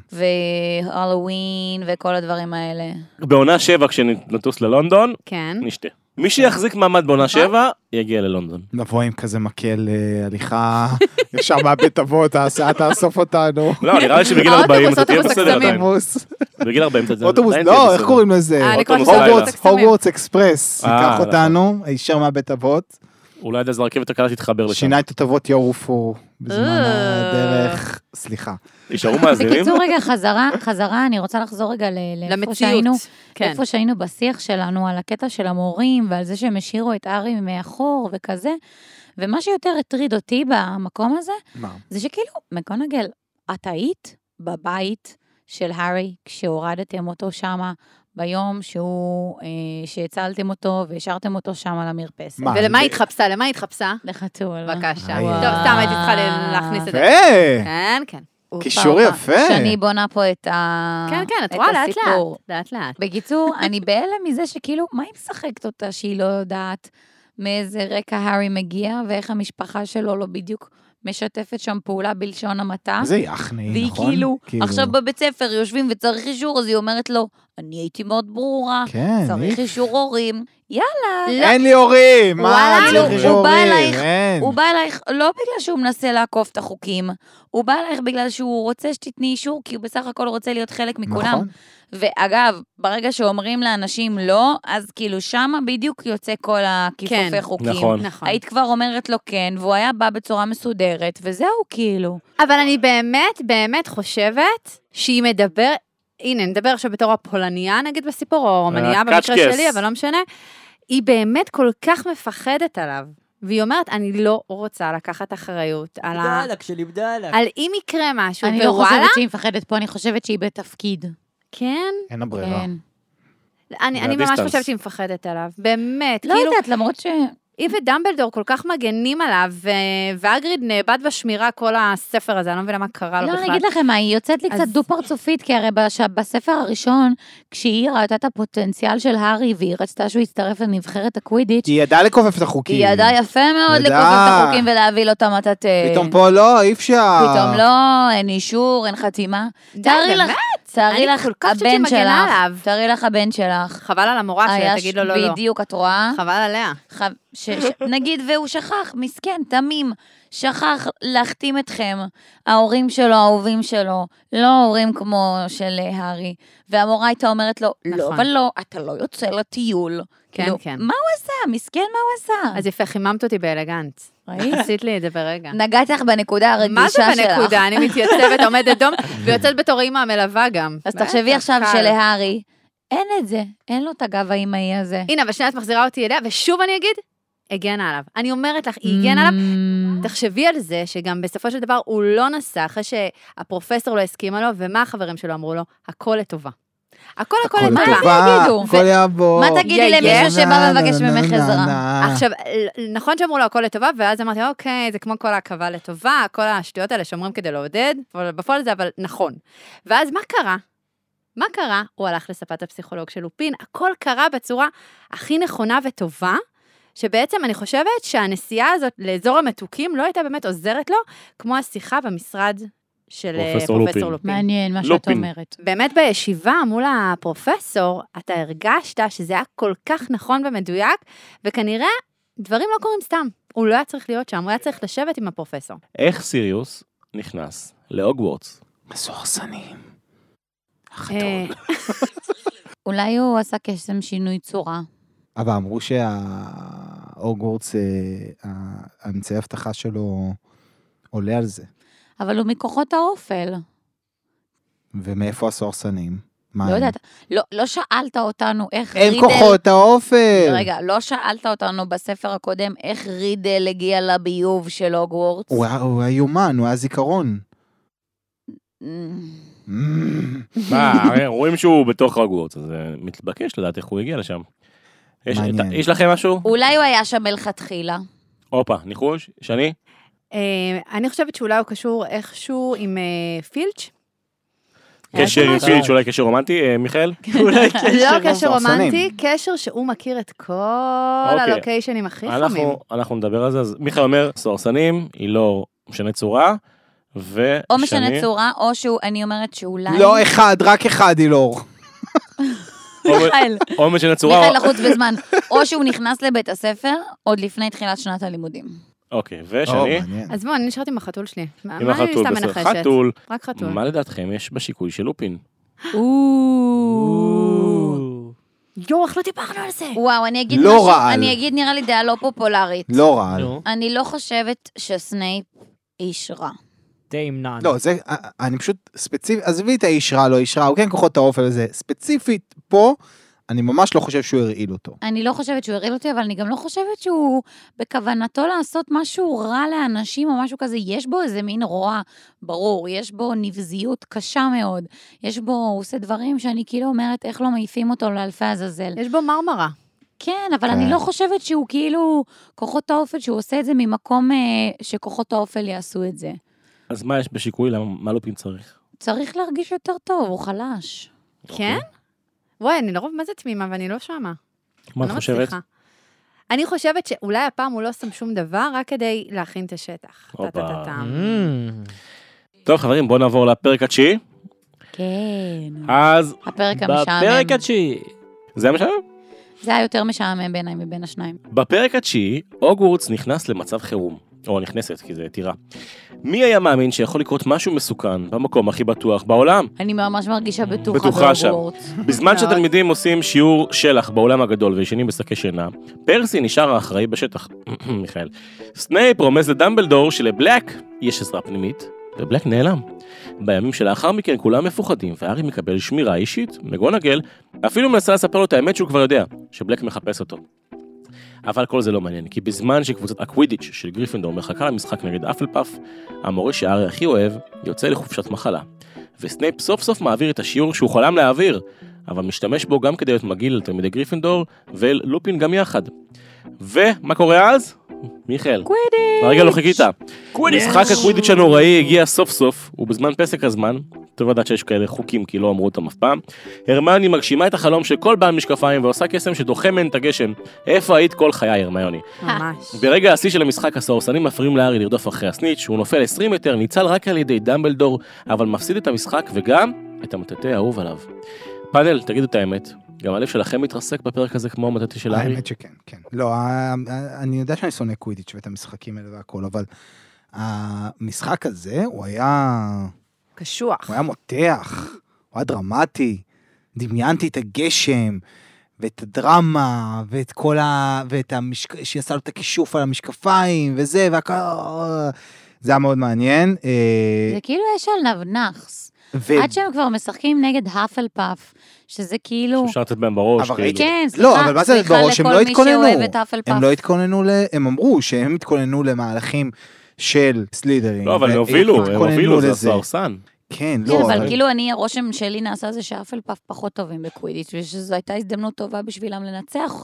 והלואוין וכל הדברים האלה. בעונה שבע, כשנטוס ללונדון, כן. נשתה. מי שיחזיק מעמד בעונה שבע, יגיע ללונדון. נבוא עם כזה מקל אה, הליכה, ישר מהבית אבות, ההסעה תאסוף אותנו. לא, נראה לי שבגיל האוטובוס, ארבעים אתה תהיה אוטובוס בסדר הקסמים. עדיין. אוטובוס, בגיל ארבעים אתה אוטובוס, עדיין תהיה לא, בסדר. איך קוראים לזה? אה, אני אוטובוס קוראת לזה לילה. אוטובוס הקסמים. הוגוורטס אקספרס, אה, ייקח נכון. אותנו, הישר מהבית אבות, אולי עד אז הרכבת הקלה תתחבר לשם. שינה את התותבות יעופו בזמן אה. הדרך, סליחה. נשארו מאזינים? בקיצור, רגע, חזרה, חזרה, אני רוצה לחזור רגע ל- לאיפה למציאות. שהיינו, כן. איפה שהיינו בשיח שלנו על הקטע של המורים, ועל זה שהם השאירו את הארי מאחור וכזה, ומה שיותר הטריד אותי במקום הזה, מה? זה שכאילו, מקונגל, את היית בבית של הארי כשהורדתם אותו שמה, ביום שהוא, אה, שהצלתם אותו והשארתם אותו שם על המרפסת. מה? ולמה זה- היא התחפשה? למה היא התחפשה? לחתול. בבקשה. וואו. טוב, סתם הייתי צריכה ל- להכניס את זה. יפה! כן, כן. אופה, קישור אופה. יפה. שאני בונה פה את ה... כן, כן, את את רואה לאט הסיפור. לאט. לאט לאט. בקיצור, אני בהלם מזה שכאילו, מה היא משחקת אותה שהיא לא יודעת מאיזה רקע הארי מגיע, ואיך המשפחה שלו לא בדיוק משתפת שם פעולה בלשון המעטה. זה יחני, והיא נכון? כאילו, עכשיו בבית ספר יושבים וצריך אישור, אז היא אומרת לו, אני הייתי מאוד ברורה, כן, צריך אישור הורים. יאללה. אין לי הורים, מה וואלה, צריך הוא- אישור הוא בא הורים? אלייך, אין. הוא בא אלייך לא בגלל שהוא מנסה לעקוף את החוקים, הוא בא אלייך בגלל שהוא רוצה שתתני אישור, כי הוא בסך הכל רוצה להיות חלק מכולם. נכון. ואגב, ברגע שאומרים לאנשים לא, אז כאילו שמה בדיוק יוצא כל הכיפופי כן. חוקים. נכון. נכון. היית כבר אומרת לו כן, והוא היה בא בצורה מסודרת, וזהו כאילו. אבל אני באמת, באמת חושבת שהיא מדבר, הנה, נדבר עכשיו בתור הפולניה נגיד בסיפור, או רומניה במקרה הקצ'קס. שלי, אבל לא משנה, היא באמת כל כך מפחדת עליו. והיא אומרת, אני לא רוצה לקחת אחריות על ה... בדלק שלי, בדלק. על אם יקרה משהו, אני לא ווואלה, חושבת שהיא מפחדת פה, אני חושבת שהיא בתפקיד. כן, אין לה ברירה. כן. אני אני ממש והדיסטנס. חושבת שהיא מפחדת עליו, באמת, לא כאילו, יודעת, למרות ש... היא ודמבלדור כל כך מגנים עליו, ו- ואגריד נאבד בשמירה כל הספר הזה, אני לא מבינה מה קרה לו לא, בכלל. אני אגיד לכם מה, היא יוצאת לי קצת אז- דו-פרצופית, כי הרי בש- בספר הראשון, כשהיא ראתה את הפוטנציאל של הארי, והיא רצתה שהוא יצטרף לנבחרת הקווידיץ', היא ידעה לכופף את החוקים. היא ידעה יפה מאוד ידעה. לקוף את החוקים ולהביא לו את המטאטה. פתאום פה לא, אי אפשר. פתאום לא, אין אישור, אין חתימה. די, תארי לך, באמת? תארי אני לך, כל כך חושבת הבן שהיא מגנה שלך, עליו. תארי לך הבן שלך. חבל על המורה היה שתגיד ש- לו לא לא. בדיוק, את רואה? חבל עליה. ח- ש- ש- נגיד והוא שכח, מסכן, תמים, שכח להחתים אתכם, ההורים שלו, האהובים שלו, לא ההורים כמו של אה, הארי, והמורה הייתה אומרת לו, לא, נכון. אבל לא, אתה לא יוצא לטיול. כן, כאילו, כן. מה הוא עשה? מסכן, מה הוא עשה? אז יפה, חיממת אותי באלגנט. ראית? עשית לי את זה ברגע. נגעת לך בנקודה מה זה הרגישה שלך. בנקודה? אני מתייצבת, עומדת דום, ויוצאת בתור אימא המלווה גם. אז בטח, תחשבי עכשיו קל. שלהארי, אין את זה, אין לו את הגב האמאי הזה. הנה, אבל שנייה את מחזירה אותי אליה, ושוב אני אגיד, הגנה עליו. אני אומרת לך, היא הגנה עליו. Mm. תחשבי על זה שגם בסופו של דבר הוא לא נסע, אחרי שהפרופסור לא הסכימה לו, ומה החברים שלו אמרו לו? הכל לטובה. הכל הכל הכל לטובה. לטובה, יגידו? הכל יעבור. מה תגידי יא, יא. למישהו שבא ומבקש נה, נה, ממך נה, עזרה? נה. עכשיו, נכון שאמרו לו הכל לטובה, ואז אמרתי, אוקיי, זה כמו כל ההקבה לטובה, כל השטויות האלה שאומרים כדי לעודד, אבל בפועל זה אבל נכון. ואז מה קרה? מה קרה? הוא הלך לספת הפסיכולוג של לופין, הכל קרה בצורה הכי נכונה וטובה, שבעצם אני חושבת שהנסיעה הזאת לאזור המתוקים לא הייתה באמת עוזרת לו, כמו השיחה במשרד של אה, פרופסור פרופסור לופין. לופין. מעניין מה שאת לופין. אומרת. באמת בישיבה מול הפרופסור, אתה הרגשת שזה היה כל כך נכון ומדויק, וכנראה דברים לא קורים סתם. הוא לא היה צריך להיות שם, הוא היה צריך לשבת עם הפרופסור. איך סיריוס נכנס להוגוורטס? מסורסנים. אה, אולי הוא עשה קסם שינוי צורה. אבל אמרו שההוגוורטס, האמצעי הבטחה שלו עולה על זה. אבל הוא מכוחות האופל. ומאיפה הסורסנים? מה לא הם? יודעת, לא, לא שאלת אותנו איך הם רידל... כוחות האופל. רגע, לא שאלת אותנו בספר הקודם איך רידל הגיע לביוב של הוגוורטס. הוא היה- הוא היה יומן, הוא היה זיכרון. Mm. מה, הרי רואים שהוא בתוך הוגוורטס, אז זה מתבקש לדעת איך הוא הגיע לשם. יש- מעניין. יש לכם משהו? אולי הוא היה שם מלכתחילה. הופה, ניחוש? שני? אה, אני חושבת שאולי הוא קשור איכשהו עם אה, פילץ'. קשר עם משהו? פילץ', אולי קשר רומנטי, אה, מיכאל? אולי לא קשר סרסנים. רומנטי, קשר שהוא מכיר את כל אוקיי. הלוקיישנים הכי חמים. אנחנו אנחנו נדבר על זה, אז מיכאל אומר, סורסנים, היא לא משנה צורה, ושני... או משנה צורה, או שהוא, אני אומרת שאולי... לא אחד, רק אחד, אילור. או- מיכאל, או משנה צורה, מיכאל או- לחוץ בזמן. או שהוא נכנס לבית הספר, עוד לפני תחילת שנת הלימודים. אוקיי, או, ושני, מעניין. אז בואו, אני נשארת עם החתול שלי. מה עם מה אני החתול, סתם בסדר, מנחשת? חתול, רק חתול. מה לדעתכם יש בשיקוי של לופין? יואו, איך לא דיברנו על זה? וואו, אני אגיד לא משהו, רעל. אני אגיד נראה לי דעה לא פופולרית. לא רע. נו, אני לא חושבת שסנייפ איש רע. דיים נאן. לא, זה, אני פשוט ספציפית, עזבי את האיש רע, לא איש רע, הוא כן כוחות האופל הזה. ספציפית פה, אני ממש לא חושב שהוא הרעיל אותו. אני לא חושבת שהוא הרעיל אותי, אבל אני גם לא חושבת שהוא בכוונתו לעשות משהו רע לאנשים או משהו כזה. יש בו איזה מין רוע, ברור, יש בו נבזיות קשה מאוד. יש בו, הוא עושה דברים שאני כאילו אומרת, איך לא מעיפים אותו לאלפי עזאזל. יש בו מרמרה. כן, אבל כן. אני לא חושבת שהוא כאילו, כוחות האופל, שהוא עושה את זה ממקום אה, שכוחות האופל יעשו את זה. אז מה יש בשיקוי? למה- מה לופין צריך? צריך להרגיש יותר טוב, הוא חלש. כן? וואי, אני לרוב מה זה תמימה, ואני לא שמה. מה את אני לא חושבת? מצליחה. אני חושבת שאולי הפעם הוא לא שם שום דבר, רק כדי להכין את השטח. הופה. טה-טה-טה-טם. טוב חברים, בואו נעבור לפרק התשיעי. כן. אז הפרק המשעמם. בפרק התשיעי. זה המשעמם? זה היה יותר משעמם בעיניי מבין השניים. בפרק התשיעי, הוגוורטס נכנס למצב חירום. או נכנסת, כי זה טירה. מי היה מאמין שיכול לקרות משהו מסוכן במקום הכי בטוח בעולם? אני ממש מרגישה בטוחה בטוחה שם. בהוגוורטס. בזמן מאוד. שתלמידים עושים שיעור שלח בעולם הגדול וישנים בשקי שינה, פרסי נשאר האחראי בשטח. מיכאל. סנייפ רומז לדמבלדור שלבלק יש עזרה פנימית, ובלק נעלם. בימים שלאחר מכן כולם מפוחדים, והארי מקבל שמירה אישית, מגונגל, אפילו מנסה לספר לו את האמת שהוא כבר יודע, שבלק מחפש אותו. אבל כל זה לא מעניין, כי בזמן שקבוצת הקווידיץ' של גריפינדור מחכה למשחק נגד אפלפאף, המורה שהארי הכי אוהב יוצא לחופשת מחלה. וסנייפ סוף סוף מעביר את השיעור שהוא חולם להעביר, אבל משתמש בו גם כדי להיות מגעיל לתלמידי גריפינדור ולופין גם יחד. ומה קורה אז? מיכאל. קווידיץ'. הרגע לא חיכית. משחק הקווידיץ' הנוראי הגיע סוף סוף, ובזמן פסק הזמן, טוב לדעת שיש כאלה חוקים כי לא אמרו אותם אף פעם, הרמיוני מגשימה את החלום של כל בעל משקפיים ועושה קסם שדוחה מהן את הגשם. איפה היית כל חיי, הרמיוני? ממש. ברגע השיא של המשחק הסוהרסנים מפריעים להארי לרדוף אחרי הסניץ', הוא נופל עשרים מטר, ניצל רק על ידי דמבלדור, אבל מפסיד את המשחק וגם את המטאטא האהוב עליו. פאנל, תגידו את האמת, גם הלב שלכם מתרסק בפרק הזה כמו המטאטא של הארי? האמת שכן, כן. לא, אני יודע שאני שונא קווידיץ' ואת המשחקים האלה והכל, אבל המשחק הזה הוא היה... קשוח. הוא היה מותח, הוא היה דרמטי, דמיינתי את הגשם, ואת הדרמה, ואת כל ה... ואת המשק... שיעשה לו את הכישוף על המשקפיים, וזה, והכל... זה היה מאוד מעניין. זה כאילו יש על נבנחס. ו... עד שהם כבר משחקים נגד האפלפאף, שזה כאילו... אפשר לתת בהם בראש, אבל כאילו. כן, לא, סליחה, אבל מה זה סליחה בראש? הם לכל לא מי התכוננו. שאוהב את האפלפאף. הם לא התכוננו, ל... הם אמרו שהם התכוננו למהלכים של סלידרים. לא, אבל הם הובילו, הם הובילו, זה הסוהרסן. כן, כן, לא, אבל אבל... כאילו אני, הרושם שלי נעשה זה שהאפלפאף פחות טובים בקווידיץ' ושזו הייתה הזדמנות טובה בשבילם לנצח.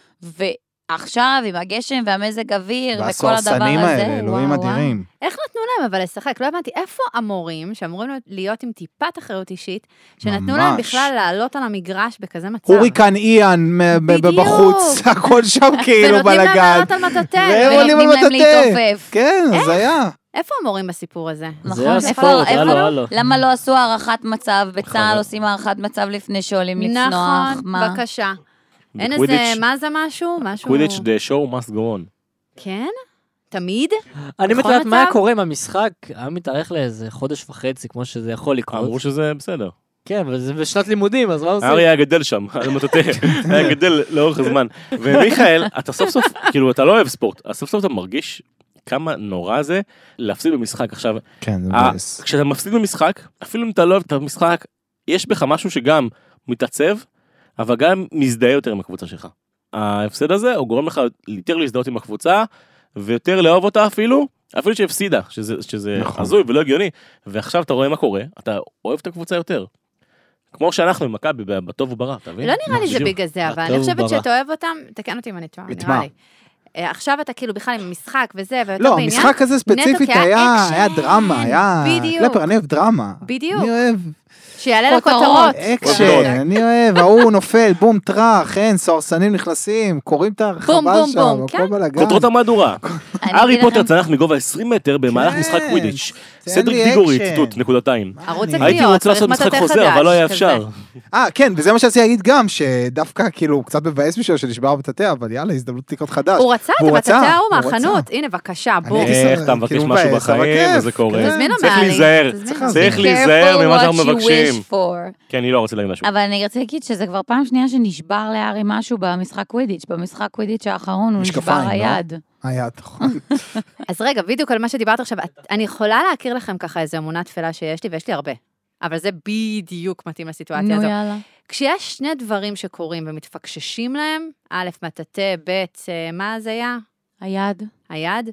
ועכשיו עם הגשם והמזג אוויר וכל הדבר הזה, והסוהרסנים האלה, אלוהים אדירים. איך נתנו להם אבל לשחק? לא הבנתי, איפה המורים שאמורים להיות עם טיפת אחריות אישית, שנתנו להם ממש. בכלל לעלות על המגרש בכזה מצב? הוריקן איאן בדיוק. בחוץ, הכל שם כאילו ונותנים להם בלגן. לעלות על מטאטא. והם עולים על ונותנים להם מטאטא. להתעופף. כן, אז היה. איפה המורים בסיפור הזה? נכון, זה איפה- הספורט, איפה- הלו, הלו. למה לא עשו הערכת מצב? בצה"ל נכון. עושים הערכת מצב לפני שעולים לצנוח. נכון, מה? בבקשה. אין איזה, בקווידיץ'- מה זה משהו? משהו... קווידיץ' the show must go on. כן? תמיד? אני בכל מתארת מה היה מצב? קורה אם המשחק היה מתארך לאיזה חודש וחצי, כמו שזה יכול לקרות. אמרו שזה בסדר. כן, אבל זה בשנת לימודים, אז מה עושים? הארי היה גדל שם, על מטאטא, היה גדל לאורך הזמן. ומיכאל, אתה סוף סוף, כאילו, אתה לא אוהב ספורט, אז סוף סוף אתה מרגיש כמה נורא זה להפסיד במשחק. עכשיו, כן, זה ה- מבאס. כשאתה מפסיד במשחק, אפילו אם אתה לא אוהב את המשחק, יש בך משהו שגם מתעצב, אבל גם מזדהה יותר עם הקבוצה שלך. ההפסד הזה, הוא גורם לך יותר להזדהות עם הקבוצה, ויותר לאהוב אותה אפילו, אפילו שהפסידה, שזה, שזה נכון. הזוי ולא הגיוני, ועכשיו אתה רואה מה קורה, אתה אוהב את הקבוצה יותר. כמו שאנחנו עם מכבי, בטוב וברע, אתה מבין? לא נראה לי זה בדיוק. בגלל זה, אבל הטוב אני חושבת ברע. שאתה אוהב אותם, תקן אותי אם אני טועה, את נראה מה? לי. אה, עכשיו אתה כאילו בכלל עם משחק וזה, ויותר לא, בעניין. המשחק הזה ספציפית נטו היה כאקשן. היה דרמה, היה... בדיוק. קלפר, אני אוהב דרמה. בדיוק. אני אוהב שיעלה כותרות. לכותרות. אקשן, אני אוהב, ההוא נופל, בום טרח, אין, סוהרסנים נכנסים, קוראים את בום, הרחבה בום, שם, בום, הכל כן. בלגן. כותרות המהדורה. אני הארי אגיד פוטר לכם- צנח מגובה עשרים מטר במהלך כן, משחק קווידיץ'. תן סדריק לי דיגורי, אקשן. ציטוט, נקודתיים. ערוץ אני- הקניות, הייתי רוצה צריך לעשות משחק מטאטא חוזר, אבל לא היה חדש, אפשר. כזה. אה, כן, וזה מה שרציתי להגיד גם, שדווקא כאילו קצת מבאס בשביל שנשבר המטאטא, אבל יאללה, הזדמנות לקנות חדש. הוא רצה את והוא המטאטא רצה, ההוא הוא מהחנות, רצה. הנה בבקשה, אני בוא. הייתי איך שר- אתה מבקש כאילו משהו מבאס, אבל בחיים, כיף. וזה קורה. כן. תזמין צריך אותה, להיזהר, תזמין צריך אותה. צריך Be להיזהר careful ממה שאנחנו what you מבקשים. wish for. כן, אני לא רוצה להגיד משהו. אבל אני רציתי להגיד שזה כבר פעם שנייה שנשבר להארי משהו במשחק קווידיץ'. במשחק קווידיץ' האחרון הוא נשבר משקפיים, לא? היד. היה, נכון. אז רגע, בדיוק על מה שדיברת עכשיו, את- אני יכולה להכיר לכם ככה איזו אמונה תפלה שיש לי, ויש לי הרבה. אבל זה בדיוק מתאים לסיטואציה נו הזו. יאללה. כשיש שני דברים שקורים ומתפקששים להם, א', מטאטא, ב', אה, מה זה היה? היד. היד.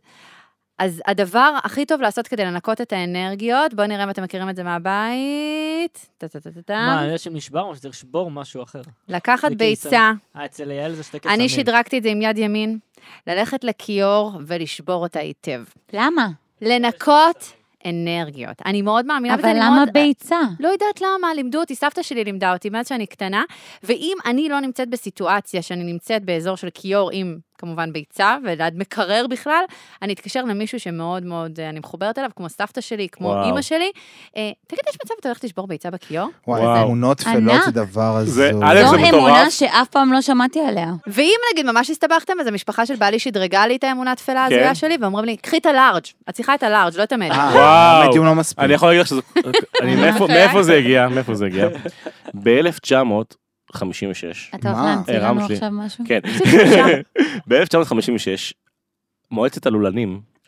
אז הדבר הכי טוב לעשות כדי לנקות את האנרגיות, בואו נראה אם אתם מכירים את זה מהבית. טה-טה-טה-טה. מה, יש שם נשבר או שצריך לשבור משהו אחר? לקחת זה ביצה, קיסם. אה, אצל יעל זה שתי קסמים. אני שדרגתי את זה עם יד ימין, ללכת לכיור ולשבור אותה היטב. למה? לנקות אנרגיות. אני מאוד מאמינה בזה. אבל אני למה מאוד- ביצה? לא יודעת למה, לימדו אותי, סבתא שלי לימדה אותי מאז שאני קטנה, ואם אני לא נמצאת בסיטואציה שאני נמצאת באזור של כיור עם כמובן ביצה, וליד מקרר בכלל, אני אתקשר למישהו שמאוד מאוד, אני מחוברת אליו, כמו סבתא שלי, כמו וואו. אימא שלי. אה, תגיד, יש מצב אתה הולכת לשבור ביצה בכיור? וואי, וואו. אמונות טפלות ענק. זה דבר הזו. זה- א', זו זה מטורף. אמונה שאף פעם לא שמעתי עליה. ואם נגיד ממש הסתבכתם, אז המשפחה של בעלי שדרגה לי את האמונה תפלה כן. הזויה שלי, ואומרים לי, קחי את הלארג', את צריכה את הלארג', לא את המדיום. אה, וואו. המדיום לא מספיק. אני יכול להגיד לך שזה... אני- מאיפה- מאיפה זה הגיע? מאיפה זה הגיע? ב-אלף תשע מאות חמישים ושש. אתה הולך מה? להמציא הרמת לנו לי. עכשיו משהו? כן. ב-אלף תשע מאות חמישים ושש, מועצת הלולנים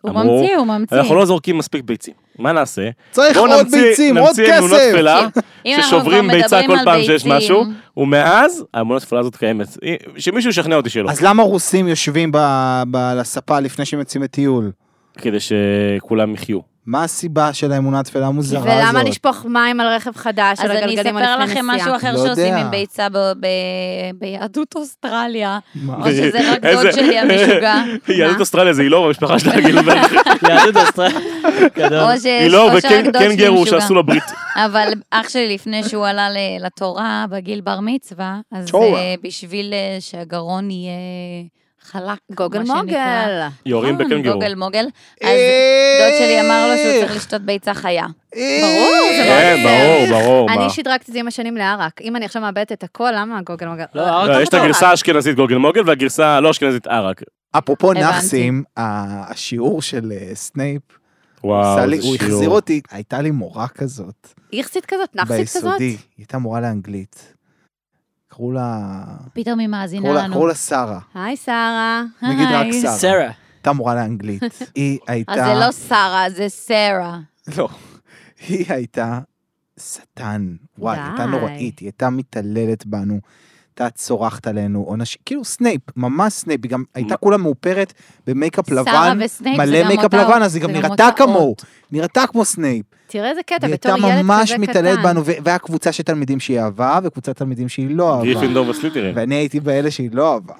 הוא אמרו, ממציא, הוא ממציא. אנחנו לא זורקים מספיק ביצים. מה נעשה? צריך בואו עוד נמציא- ביצים, עוד נמציא אמונות כסף. תפלה, אם אנחנו ששוברים כבר ביצה מדברים כל על פעם שיש ביצים- משהו, ומאז האמונות תפלה הזאת קיימת. שמישהו ישכנע אותי שלא. אז למה רוסים יושבים ב- ב- על הספה לפני שהם יוצאים לטיול? כדי שכולם יחיו. מה הסיבה של האמונה התפלה המוזרה הזאת? ולמה לשפוך מים על רכב חדש, אז על אני הגלגלים אספר לפני לכם נסיעה? משהו אחר לא שעושים יודע. עם ביצה ב- ב- ביהדות אוסטרליה, מה? או שזה רק איזה- דוד שלי המשוגע. יהדות מה? אוסטרליה זה אילור במשפחה שלה גילברג. יהדות אוסטרליה. גדול. או ש- אילור או שרק דוד שלי וקנגרו משוגע. שעשו לו ברית. אבל אח שלי, לפני שהוא עלה ל- לתורה בגיל בר מצווה, אז תורה. אה, בשביל אה, שהגרון יהיה חלק, גוגל מה שנקרא. מוגל. יורים נכון, בקנגרו. גוגל מוגל. אז איך? דוד שלי אמר לו שהוא צריך לשתות ביצה חיה. ברור, זה כן, מאוד ברור, ברור. מה? אני שדרגתי את זה עם השנים לערק. אם אני עכשיו מאבדת את הכל, למה גוגל מוגל? לא, ערק לא, יש את אותו. הגרסה האשכנזית גוגל מוגל והגרסה הלא אשכנזית ערק. אפרופו הבנתי. נאחסים, ה- השיעור של אה, סנייפ, וואו, עשה לי- איזה הוא שיעור. החזיר אותי, הייתה לי מורה כזאת, איכסית כזאת, נחסית כזאת? ביסודי, היא הייתה מורה לאנגלית. קראו לה, פתאום היא מאזינה קראו לה- לנו. קראו לה שרה, היי שרה. נגיד רק היי. שרה. סרה. הייתה מורה לאנגלית. היא הייתה... אז זה לא שרה, זה סרה. לא. היא הייתה שטן. וואי, היא הייתה די. נוראית, היא הייתה מתעללת בנו. הייתה צורחת עלינו, עונש, כאילו סנייפ, ממש סנייפ, היא גם הייתה כולה מאופרת במייקאפ שרה לבן, וסנייפ זה מלא גם מייקאפ אותה- לבן, אז היא זה גם גם נראתה אותה כמוהו, אות. נראתה כמו סנייפ. תראה איזה קטע, היא בתור הייתה ילד ממש כזה מתעללת קטן. בנו, ו- והיה קבוצה של תלמידים שהיא אהבה, וקבוצת תלמידים שהיא לא אהבה. גריפינדור וסליטרין. ואני הייתי באלה שהיא לא אהבה.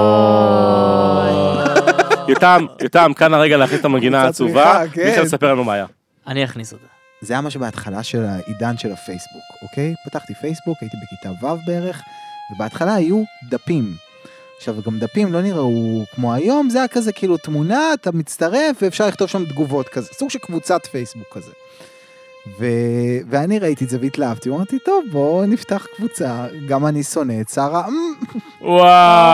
יותם, יותם, כאן הרגע להכניס את המנגינה קבוצת העצובה, תמיכה, כן. מי שתספר לנו מה היה. אני אכניס אותה. זה היה משהו בהתחלה של העידן של הפייסבוק, אוקיי? פתחתי פייסבוק, הייתי בכיתה ו' בערך, ובהתחלה היו דפים. עכשיו, גם דפים לא נראו כמו היום, זה היה כזה כאילו תמונה, אתה מצטרף, ואפשר לכתוב שם תגובות כזה, סוג של קבוצת פייסבוק כזה. ו... ואני ראיתי את זה והתלהבתי, אמרתי, טוב, בואו נפתח קבוצה, גם אני שונא את שרה, וואו.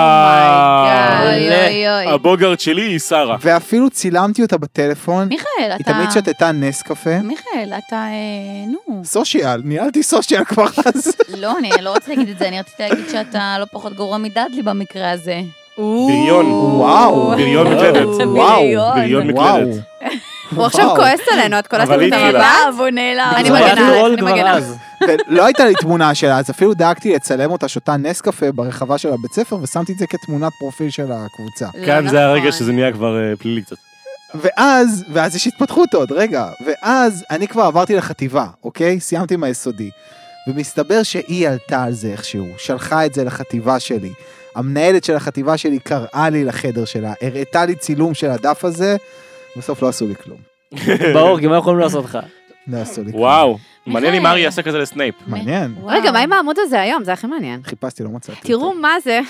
אוי אוי אוי. הבוגרד שלי היא שרה. ואפילו צילמתי אותה בטלפון, מיכאל, היא אתה... תמיד שתתה נס קפה, מיכאל, אתה... אה, נו. סושיאל, ניהלתי סושיאל כבר אז. לא, אני לא רוצה להגיד את זה, אני רציתי להגיד שאתה לא פחות גרוע מדדלי במקרה הזה. בריון. וואו. בריון מקלדת. וואו. בריון וואו. מקלדת. הוא עכשיו וואו. כועס עלינו, את קולטת אבל את היא המבט? הוא נעלם. אני הוא היה מגנה, טרול אני כבר מגנה. אז. ולא הייתה לי תמונה שלה, אז אפילו דאגתי לצלם אותה שותה נס קפה ברחבה של הבית ספר, ושמתי את זה כתמונת פרופיל של הקבוצה. כאן לא זה הרגע נכון. שזה נהיה כבר אה, פלילי קצת. ואז, ואז יש התפתחות עוד, רגע, ואז אני כבר עברתי לחטיבה, אוקיי? סיימתי מהיסודי. ומסתבר שהיא עלתה על זה איכשהו, שלחה את זה לחטיבה שלי. המנהלת של החטיבה שלי קראה לי לחדר שלה, הראתה לי צילום של הדף הזה, בסוף לא עשו לי כלום. ברור, כי מה יכולים לעשות לך? לא עשו לי כלום. וואו. מעניין אם מיכאל. ארי יעשה כזה לסנייפ. מעניין. וואו. רגע, מה עם העמוד הזה היום? זה הכי מעניין. חיפשתי, לא מצאתי. תראו מה זה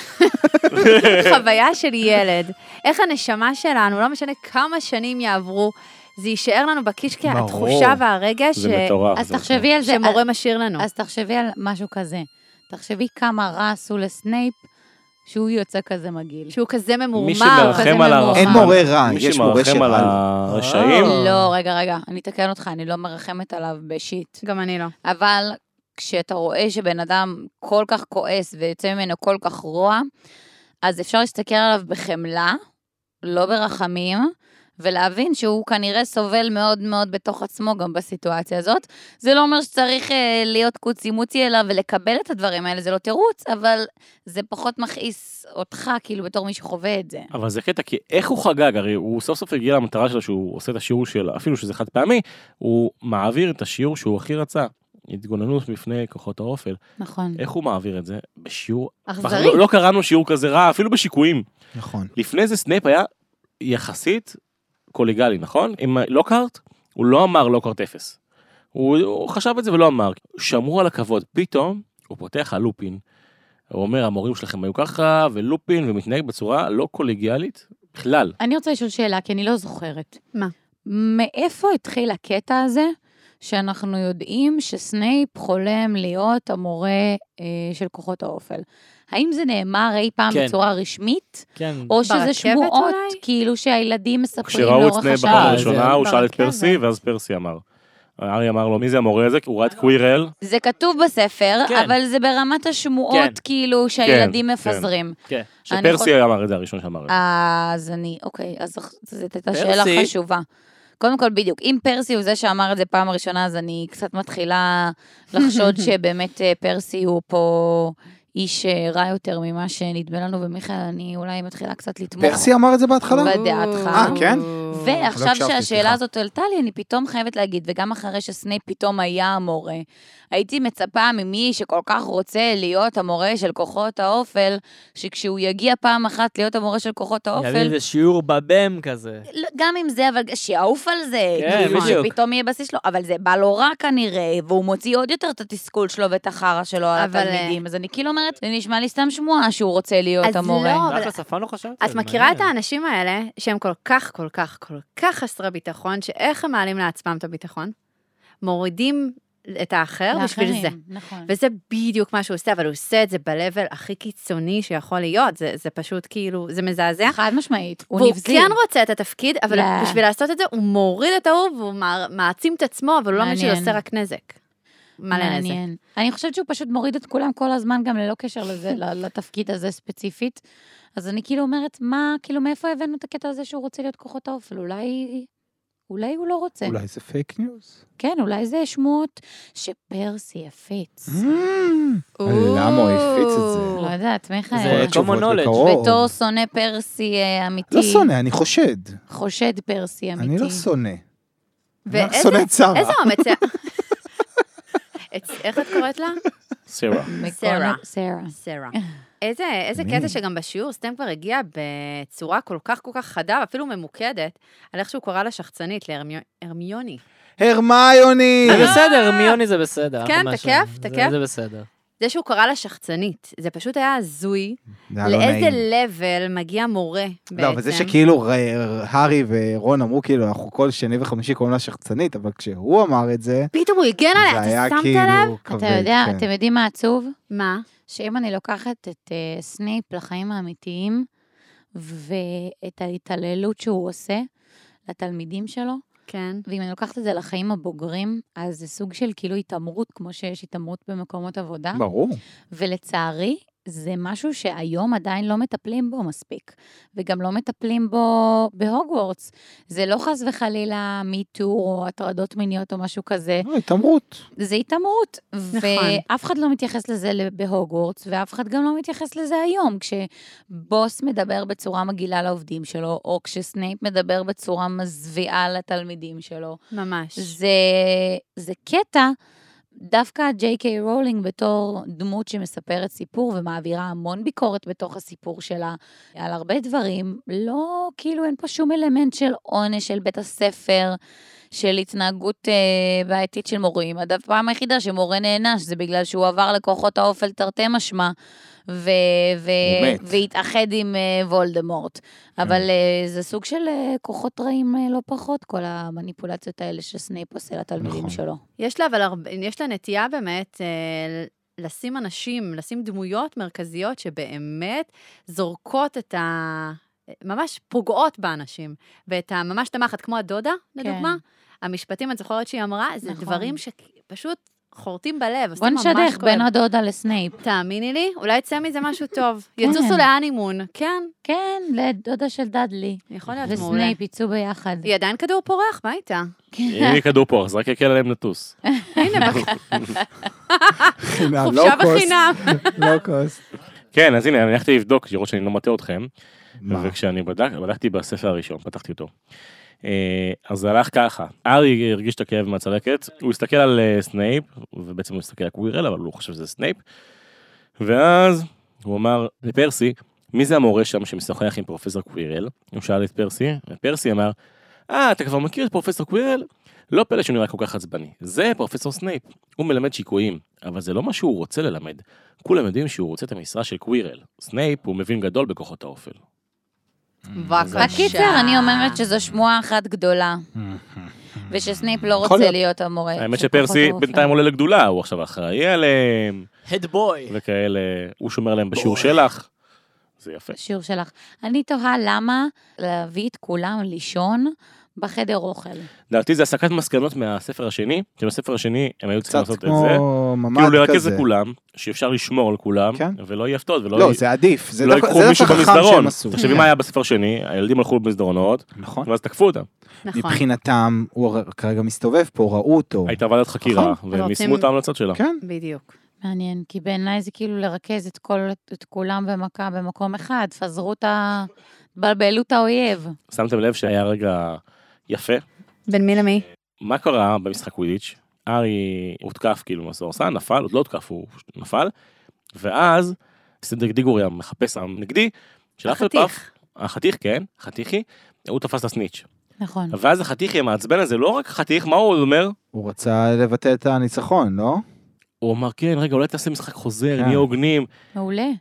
חוויה של ילד. איך הנשמה שלנו, לא משנה כמה שנים יעברו, זה יישאר לנו בקישקע, ברור. התחושה והרגש זה מטורף. אז זה תחשבי על זה. שמורה משאיר לנו. אז תחשבי על משהו כזה. תחשבי כמה רע עשו לסנייפ, שהוא יוצא כזה מגעיל. שהוא כזה ממורמר. מי שמרחם כזה על ממורמר. הרחם. אין מורה רע, מי יש מורה שמרחם על שרע. הרשעים. לא, רגע, רגע, אני אתקן אותך, אני לא מרחמת עליו בשיט. גם אני לא. אבל כשאתה רואה שבן אדם כל כך כועס ויוצא ממנו כל כך רוע, אז אפשר להסתכל עליו בחמלה, לא ברחמים, ולהבין שהוא כנראה סובל מאוד מאוד בתוך עצמו גם בסיטואציה הזאת. זה לא אומר שצריך אה, להיות קוצימוצי אליו ולקבל את הדברים האלה, זה לא תירוץ, אבל זה פחות מכעיס אותך, כאילו בתור מי שחווה את זה. אבל זה קטע, כי איך הוא חגג? הרי הוא סוף סוף הגיע למטרה שלו שהוא עושה את השיעור שלו, אפילו שזה חד פעמי, הוא מעביר את השיעור שהוא הכי רצה. התגוננות בפני כוחות האופל. נכון. איך הוא מעביר את זה? בשיעור... אכזרי. לא, לא קראנו שיעור כזה רע, אפילו בשיקויים. נכון. לפני זה סנייפ היה יחסית קוליגלי, נכון? עם לוקהרט, הוא לא אמר לוקהרט אפס. הוא, הוא חשב את זה ולא אמר. שמרו על הכבוד. פתאום הוא פותח על לופין. הוא אומר, המורים שלכם היו ככה, ולופין, ומתנהג בצורה לא קולגיאלית בכלל. אני רוצה לשאול שאלה, כי אני לא זוכרת. מה? מאיפה התחיל הקטע הזה, שאנחנו יודעים שסנייפ חולם להיות המורה אה, של כוחות האופל? האם זה נאמר אי פעם כן. בצורה רשמית? כן. או שזה ברכבת שמועות, אולי? כאילו שהילדים מספרים כשראו את לאורך סנייפ השעה? בפעם אה, הראשונה, זה הוא שאל את ברכבת. פרסי, ואז פרסי אמר. הארי אמר לו, מי זה המורה הזה? הוא ראה את קווירל. זה כתוב בספר, כן. אבל זה ברמת השמועות, כן. כאילו, שהילדים כן, מפזרים. כן. שפרסי אמר את זה, הראשון שאמר את זה. אז אני, אוקיי, אז זאת הייתה שאלה פרסי. חשובה. קודם כל, בדיוק, אם פרסי הוא זה שאמר את זה פעם הראשונה, אז אני קצת מתחילה לחשוד שבאמת אה, פרסי הוא פה איש אה, רע יותר ממה שנדמה לנו, ומיכאל, אני אולי מתחילה קצת לתמוך. פרסי אמר את זה בהתחלה? בדעתך. אה, כן? ועכשיו לא הקשבתי, שהשאלה סליחה. הזאת עלתה לי, אני פתאום חייבת להגיד, וגם אחרי שסנייפ פתאום היה המורה, הייתי מצפה ממי שכל כך רוצה להיות המורה של כוחות האופל, שכשהוא יגיע פעם אחת להיות המורה של כוחות יביא האופל, איזה שיעור בבם כזה. לא, גם עם זה, אבל שיעוף על זה, כן, כאילו בדיוק. שפתאום יהיה בסיס לו, אבל זה בא לו רע כנראה, והוא מוציא עוד יותר את התסכול שלו ואת החרא שלו על אבל, התלמידים, אז אני כאילו אומרת, זה נשמע לי סתם שמועה שהוא רוצה להיות אז המורה. לא, אבל- תכלס, אף פעם לא חשבתי על את זה, מכירה את מעניין. האנשים האלה, שהם כל כך, כל כך, כל כך חסרי ביטחון, שאיך הם מעלים לעצמם את הביטחון? מורידים את האחר בשביל זה. לאחרים, נכון. וזה בדיוק מה שהוא עושה, אבל הוא עושה את זה ב-level הכי קיצוני שיכול להיות. זה, זה פשוט כאילו, זה מזעזע. חד משמעית, הוא והוא נבזי. כן רוצה את התפקיד, אבל לא. בשביל לעשות את זה, הוא מוריד את ההוא, והוא מע- מעצים את עצמו, אבל הוא לא מבין שהוא מעניין. עושה רק נזק. מלא נזק. מעניין. אני חושבת שהוא פשוט מוריד את כולם כל הזמן, גם ללא קשר לזה, ל- לתפקיד הזה ספציפית. אז אני כאילו אומרת, מה, כאילו, מאיפה הבאנו את הקטע הזה שהוא רוצה להיות כוחות האופל? אולי, אולי הוא לא רוצה. אולי זה פייק ניוז. כן, אולי זה שמועות שפרסי הפיץ. למה הוא הפיץ את זה? לא יודעת, מיכאל. זה תשובות common knowledge. בקרוב. בתור שונא פרסי אה, אמיתי. לא שונא, אני חושד. חושד פרסי אמיתי. אני לא שונא. ואיזה- אני שונא את שרה. איזה אומץ. את- איך את קוראת לה? סירה. מקונה- סרה. סרה. איזה, איזה אני- קטע שגם בשיעור סטם כבר הגיע בצורה כל כך כל כך חדה, אפילו ממוקדת, על איך שהוא קורא לה שחצנית, להרמיוני. הרמיוני! זה בסדר, הרמיוני זה בסדר. כן, אנחנו תקף, מאשרים. זה- תקף. זה בסדר. זה שהוא קרא לה שחצנית, זה פשוט היה הזוי, זה היה לא לאיזה נעים. level מגיע מורה בעצם. לא, אבל זה שכאילו ר- הארי ורון אמרו כאילו, אנחנו כל שני וחמישי קוראים לה שחצנית, אבל כשהוא אמר את זה, פתאום הוא הגן זה עליה, היה אתה שמת כאילו לב? כבד. אתה יודע, כן. אתם יודעים מה עצוב? מה? שאם אני לוקחת את uh, סנייפ לחיים האמיתיים, ואת ההתעללות שהוא עושה לתלמידים שלו, כן. ואם אני לוקחת את זה לחיים הבוגרים, אז זה סוג של כאילו התאמרות, כמו שיש התאמרות במקומות עבודה. ברור. ולצערי, זה משהו שהיום עדיין לא מטפלים בו מספיק, וגם לא מטפלים בו בהוגוורטס. זה לא חס וחלילה מיטור או הטרדות מיניות או משהו כזה, לא, התאמרות. זה התאמרות. נכון. ואף אחד לא מתייחס לזה בהוגוורטס, ואף אחד גם לא מתייחס לזה היום, כשבוס מדבר בצורה מגעילה לעובדים שלו, או כשסנייפ מדבר בצורה מזוויעה לתלמידים שלו. ממש. זה, זה קטע, דווקא ג'יי קיי רולינג בתור דמות שמספרת סיפור ומעבירה המון ביקורת בתוך הסיפור שלה על הרבה דברים, לא, כאילו אין פה שום אלמנט של עונש של בית הספר, של התנהגות אה, בעייתית של מורים. הפעם היחידה שמורה נענש זה בגלל שהוא עבר לכוחות האופל תרתי משמע, ו- ו- באמת. והתאחד עם אה, וולדמורט. אבל אה, זה סוג של אה, כוחות רעים אה, לא פחות, כל המניפולציות האלה שסנייפ עושה לתלמידים נכון. שלו. יש לה, אבל הרבה, יש לה נטייה באמת אה, לשים אנשים, לשים דמויות מרכזיות שבאמת זורקות את ה... ממש פוגעות באנשים, ואת ה... ממש תמחת, כמו הדודה, לדוגמה. המשפטים, את זוכרת שהיא אמרה, זה נכון. דברים שפשוט חורטים בלב. בוא עושים ממש נשדך כואב. בין הדודה לסנייפ. תאמיני לי, אולי יצא מזה משהו טוב. כן. יצוסו לאנימון, כן, כן, לדודה של דדלי. יכול להיות מעולה. וסנייפ יצאו ביחד. היא עדיין כדור פורח, מה איתה? אם היא כדור פה, אז רק יקל עליהם לטוס. הנה, חינם, חופשה low cost. בחינם. לא קוסט. כן, אז הנה, אני הלכתי לבדוק, לראות שאני לא מטעה אתכם. מה? וכשאני בדק, בדקתי בספר הראשון, פתחתי אותו. אה, אז זה הלך ככה, הארי הרגיש את הכאב מהצלקת, הוא הסתכל על אה, סנייפ, ובעצם הוא הסתכל על קווירל, אבל הוא חושב שזה סנייפ, ואז הוא אמר לפרסי, מי זה המורה שם שמשוחח עם פרופסור קווירל? הוא שאל את פרסי, ופרסי אמר, אה, אתה כבר מכיר את פרופסור קווירל? לא פלא שהוא נראה כל כך עצבני. זה פרופסור סנייפ, הוא מלמד שיקויים, אבל זה לא מה שהוא רוצה ללמד. כולם יודעים שהוא רוצה את המשרה של קווירל. סנייפ הוא מבין גדול בכוחות האופל. בבקשה. בקיצר, אני אומרת שזו שמועה אחת גדולה, ושסנייפ לא יכול רוצה להיות. להיות המורה. האמת של שפרסי כוחות האופל. בינתיים עולה לגדולה, הוא עכשיו אחראי עליהם, הד בוי. וכאלה, הוא שומר להם בשיעור שלך. זה יפה. שיעור שלך. אני תוהה למה להביא את כולם לישון בחדר אוכל. לדעתי זה הסקת מסקנות מהספר השני, כי בספר השני הם היו צריכים קצת לעשות את זה. כמו ממ"ד כאילו לרכז כזה. לכולם, שאפשר לשמור על כולם, כן. ולא יהיה הפתעות, ולא לא, יהיה- זה עדיף. זה לא דווקא- יקחו זה מישהו דווקא חכם במסדרון. שהם עשו. תחשבי מה היה בספר שני, הילדים הלכו במסדרונות, נכון. ואז תקפו אותם. נכון. מבחינתם, הוא כרגע מסתובב פה, ראו אותו. הייתה ועדת חקירה, נכון. והם רוצים- יישמו את ההמלצות שלה. כן. בדיוק. מעניין, כי בעיניי זה כאילו לרכז את כל, את כולם במכה במקום אחד, פזרו את ה... בלבלו את האויב. שמתם לב שהיה רגע יפה? בין מי למי? מה קרה במשחק ווידיץ'? ארי הותקף כאילו מסורסן, נפל, עוד לא הותקף, הוא נפל, ואז סדריק דיגורי מחפש הנגדי, של אפל פאף, החתיך. החתיך, כן, חתיכי, הוא תפס את הסניץ'. נכון. ואז החתיכי המעצבן הזה, לא רק חתיך, מה הוא אומר? הוא רצה לבטא את הניצחון, לא? הוא אמר, כן, רגע, אולי תעשה משחק חוזר, כן. נהיה הוגנים. מעולה.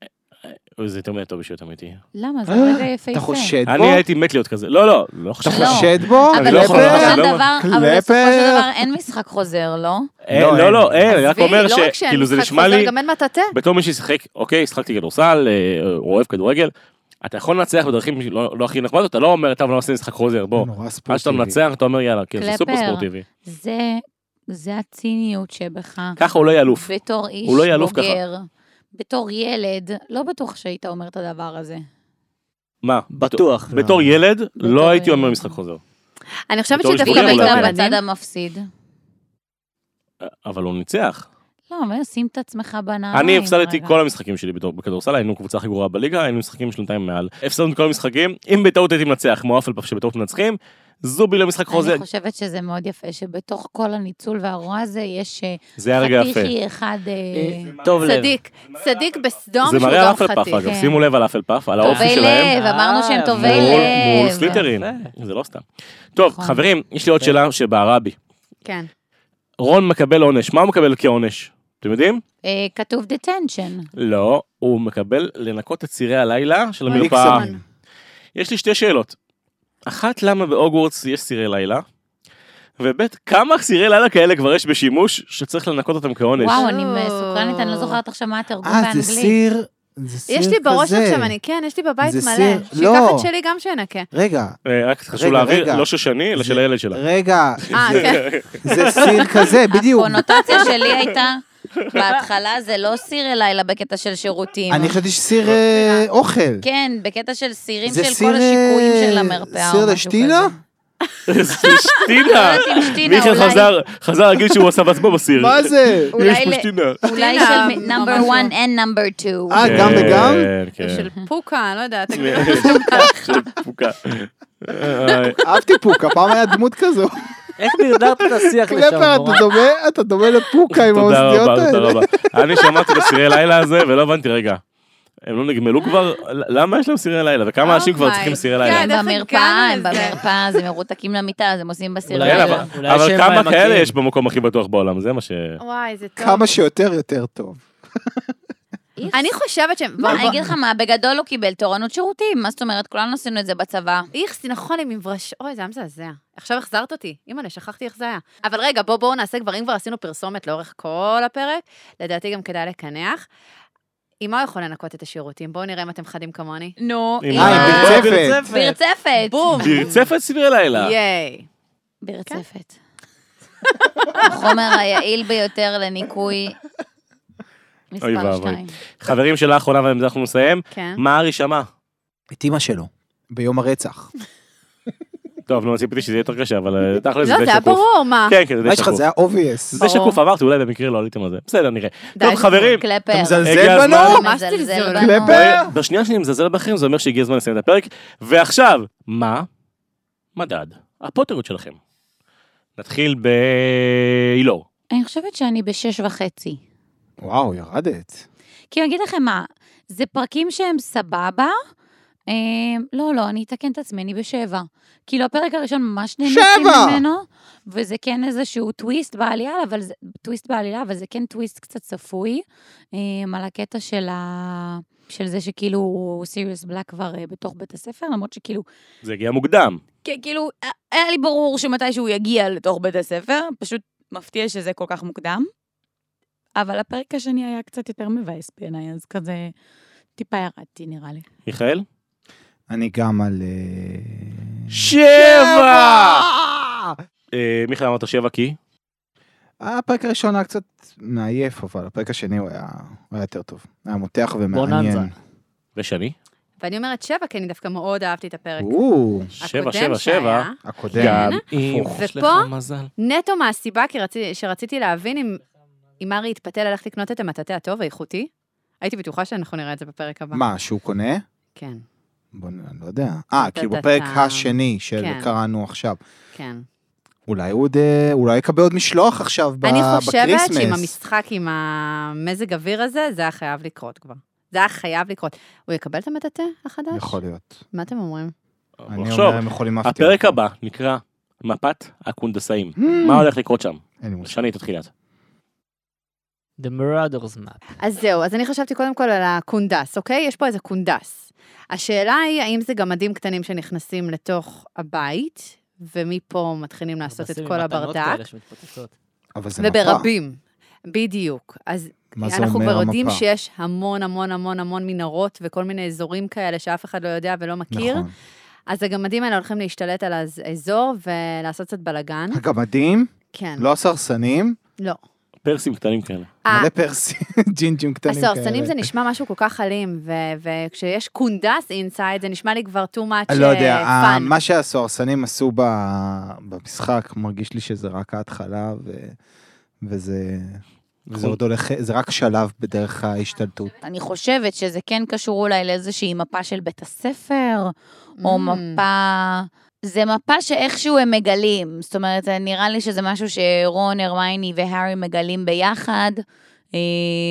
זה יותר טוב בשביל אמיתי. למה? זה רגע יפהפה. אתה חושד בו? אני הייתי מת להיות כזה. לא, לא, לא אתה חושב. לא. חושד בו? אני אבל לא בסופו יכול, של אני לא- דבר, אבל קלפר. בסופו של דבר אין משחק חוזר, לא? אה, לא, לא, אין. לא, אין, אני רק עזבי, אומר לא רק שאין שכאילו זה משחק נשמע חוזר, לי, גם אין מטאטא. בתור מי ששיחק, אוקיי, שחקתי כדורסל, אה, אוהב כדורגל, אתה יכול לנצח בדרכים לא לא הכי נחמדות, אתה לא אומר, טוב, לא עושה משחק חוזר, בוא. נורא עד שאתה ספורטיבי. מנצח, אתה אומר, יאללה, כן, זה קלפר. סופר ספורטיבי. זה, זה הציניות שבך. ככה הוא לא יהיה אלוף. בתור איש הוא לא יהיה אלוף ככה. בוגר, בתור ילד, לא בטוח שהיית אומר את הדבר הזה. מה? בטוח. בתור ילד, לא בתור הייתי אומר ילד. משחק חוזר. אני חושבת בתור שדווקא איש בוגר ואם אולי. בתור היית ילדים, בצד המפסיד. אבל הוא ניצח. לא, אבל שים את עצמך בנעליים. אני הפסדתי רגע. כל המשחקים שלי בתור בכדורסל, היינו קבוצה הכי גרועה בליגה, היינו משחקים שנתיים מעל. הפסדנו את כל המשחקים, אם בטעות הייתי מנצח, כמו אפל פאף שבטעות מנצחים, זובי למשחק חוזר. אני חושבת שזה מאוד יפה, שבתוך כל הניצול והרוע הזה, יש אה, זה היה רגע יפה. חתיכי אחד אה, טוב לב. צדיק, צדיק בסדום זה שהוא מראה על גם אפל פאף, חתיך. אגב, כן. שימו לב על אפל פאף, על האופי טובי שלהם. לב, אמרנו שהם אה, טובי מול- לב. מול סליטרין, יפה. זה לא סתם. טוב, נכון. חברים, יש לי עוד שאלה שבערבי. כן. רון מקבל עונש, מה הוא מקבל כעונש? אתם יודעים? אה, כתוב detention. לא, הוא מקבל לנקות את צירי הלילה של המרפאה. איקסונים. יש לי שתי שאלות. אחת, למה בהוגוורטס יש צירי לילה? וב' כמה צירי לילה כאלה כבר יש בשימוש שצריך לנקות אותם כעונש? וואו, אני מסוקרנת, אני לא זוכרת עכשיו מה התרגום אה, באנגלית. זה סיר... זה סיר יש לי בראש כזה. עכשיו, אני כן, יש לי בבית זה מלא. סיר- שיקח לא. את שלי גם שינקה. רגע, אה, רק חשוב רגע, להעביר, רגע. לא של שני, אלא זה- של הילד שלה. רגע, אה, זה- כן. זה סיר כזה, בדיוק. הקונוטציה שלי הייתה, בהתחלה זה לא סיר לילה בקטע של שירותים. אני חשבתי שסיר אה, אוכל. כן, בקטע של סירים זה של סיר, כל השיקויים אה, של המרפאה. סיר או משהו לשתילה? כזה. שטינה! לא יודעת אם שתינה, מיכאל אולי- חזר, חזר להגיד שהוא עשה בעצמו בסיר. מה זה? אולי יש פה ל- שטינה. אולי שתינה, של נאמבר ממש one and נאמבר two. אה, גם וגם? כן, כן. של פוקה, לא יודעת. תגידי. של פוקה. אה, אהבתי פוקה, פעם היה דמות כזו. איך דרדרת את השיח לשם? קלפר, אתה נורא? דומה, אתה דומה לפוקה עם תודה האוזניות רבה, תודה האלה. רבה. אני שמעתי את הסירי לילה הזה ולא הבנתי, רגע, הם לא נגמלו כבר? למה יש להם סירי לילה? וכמה אנשים כבר Oh צריכים my סירי God. לילה? הם איך במרפאה, הם הגענו לזה? במרפאה, אז הם מרותקים למיטה, אז הם עושים בסיר אולי- כן, לילה. אבל- אולי אבל שהם כמה מכים. כאלה יש במקום הכי בטוח בעולם? זה מה ש... וואי, זה טוב. כמה שיותר יותר טוב. אני חושבת שהם... מה, אני אגיד לך מה, בגדול הוא קיבל תורנות שירותים, מה זאת אומרת? כולנו עשינו את זה בצבא. איכס, נכון, עם מברש... אוי, זה היה מזעזע. עכשיו החזרת אותי. אימא'לה, שכחתי איך זה היה. אבל רגע, בואו בואו נעשה כבר, אם כבר עשינו פרסומת לאורך כל הפרק, לדעתי גם כדאי לקנח. עם מה הוא יכול לנקות את השירותים? בואו נראה אם אתם חדים כמוני. נו, עם אה, עם אה, ברצפת. ברצפת. בום! ברצפת סירי לילה. ייי. ברצפת. החומר היעיל ביותר לניקוי אוי מספר ואבוי. שתיים. חברים של האחרונה, ובזה אנחנו נסיים. כן. מה ארי שמע? את אימא שלו, ביום הרצח. טוב, נו, ציפיתי שזה יהיה יותר קשה, אבל אה, תכל'ס זה לא, די זה היה שקוף. ברור, מה? כן, כן, זה די מה יש לך, שקוף. זה היה obvious. זה די ברור. שקוף, אמרתי, אולי במקרה לא עליתם על זה. בסדר, נראה. די, טוב, חברים, קלפר. אתה הגיע מזלזל הזמן. בנו? ממש מזלזל זלזול. בנו. קלפר? בשנייה שאני מזלזל בכם, זה אומר שהגיע הזמן לסיים את הפרק. ועכשיו, מה? מדד. הפוטרות שלכם. נתחיל באילור. אני חושבת שאני בשש וחצי. וואו, ירדת. כי אני אגיד לכם מה, זה פרקים שהם סבבה, אה, לא, לא, אני אתקן את עצמי, אני בשבע. כאילו, הפרק הראשון ממש נהניתי שבע! ממנו, וזה כן איזשהו טוויסט בעלילה, אבל זה, טוויסט בעלילה, אבל זה כן טוויסט קצת צפוי, אה, על הקטע של ה... של זה שכאילו סיריוס בלק כבר אה, בתוך בית הספר, למרות שכאילו, זה הגיע מוקדם. כן, כאילו, היה לי ברור שמתי שהוא יגיע לתוך בית הספר, פשוט מפתיע שזה כל כך מוקדם. אבל הפרק השני היה קצת יותר מבאס בעיניי, אז כזה טיפה ירדתי נראה לי. מיכאל? אני גם על... אה, שבע! אה, מיכאל אמרת שבע כי? הפרק הראשון היה קצת מעייף, אבל הפרק השני הוא היה הוא היה יותר טוב. היה מותח ומעניין. בוננזה. ושני? ואני אומרת שבע, כי אני דווקא מאוד אהבתי את הפרק. או, שבע, הקודם שבע, שבע. שהיה. הקודם. גם אם יש לך ופה- מזל. נטו מהסיבה, כי רצי, שרציתי להבין אם, אם ארי יתפתה ללכת לקנות את המטאטא הטוב, האיכותי. הייתי בטוחה שאנחנו נראה את זה בפרק הבא. מה, שהוא קונה? כן, בוא נ... אני לא יודע. אה, כאילו טה-טה-טה. בפרק השני של כן. קראנו עכשיו. כן. אולי הוא עוד... אה, אולי יקבל עוד משלוח עכשיו ב- אני בקריסמס. חושבת שעם המשחק, עם המזג אוויר הזה, זה היה חייב לקרות כבר. זה היה חייב לקרות. הוא יקבל את המטאטא החדש? יכול להיות. מה אתם אומרים? אני עכשיו, אומר, הם יכולים להפתיע. הפרק הבא נקרא מפת הקונדסאים. Hmm. מה הולך לקרות שם? אין לי מושג. שני, תתחיל את. The Marauders Map. אז זהו, אז אני חשבתי קודם כל על הקונדס, אוקיי? יש פה איזה קונדס. השאלה היא, האם זה גמדים קטנים שנכנסים לתוך הבית, ומפה מתחילים לעשות את כל הברדק, אבל זה מפה. וברבים. בדיוק. אז מה זה אנחנו אומר כבר יודעים המפה? שיש המון המון המון המון מנהרות, וכל מיני אזורים כאלה שאף אחד לא יודע ולא מכיר. נכון. אז הגמדים האלה הולכים להשתלט על האזור ולעשות קצת בלגן. הגמדים, כן. לא הסרסנים, לא. פרסים קטנים כאלה. אה, מלא פרסים, ג'ינג'ים קטנים כאלה. הסרסנים זה נשמע משהו כל כך אלים, ו- וכשיש קונדס אינסייד, זה נשמע לי כבר too much אני לא יודע, uh, ה- fun. מה שהסוהרסנים עשו ב- במשחק, מרגיש לי שזה רק ההתחלה, ו- וזה וזה עוד הולך, זה רק שלב בדרך ההשתלטות. אני חושבת שזה כן קשור אולי לאיזושהי מפה של בית הספר, או Mm. מפה... זה מפה שאיכשהו הם מגלים, זאת אומרת, נראה לי שזה משהו שרון, הרמייני והארי מגלים ביחד, אמ,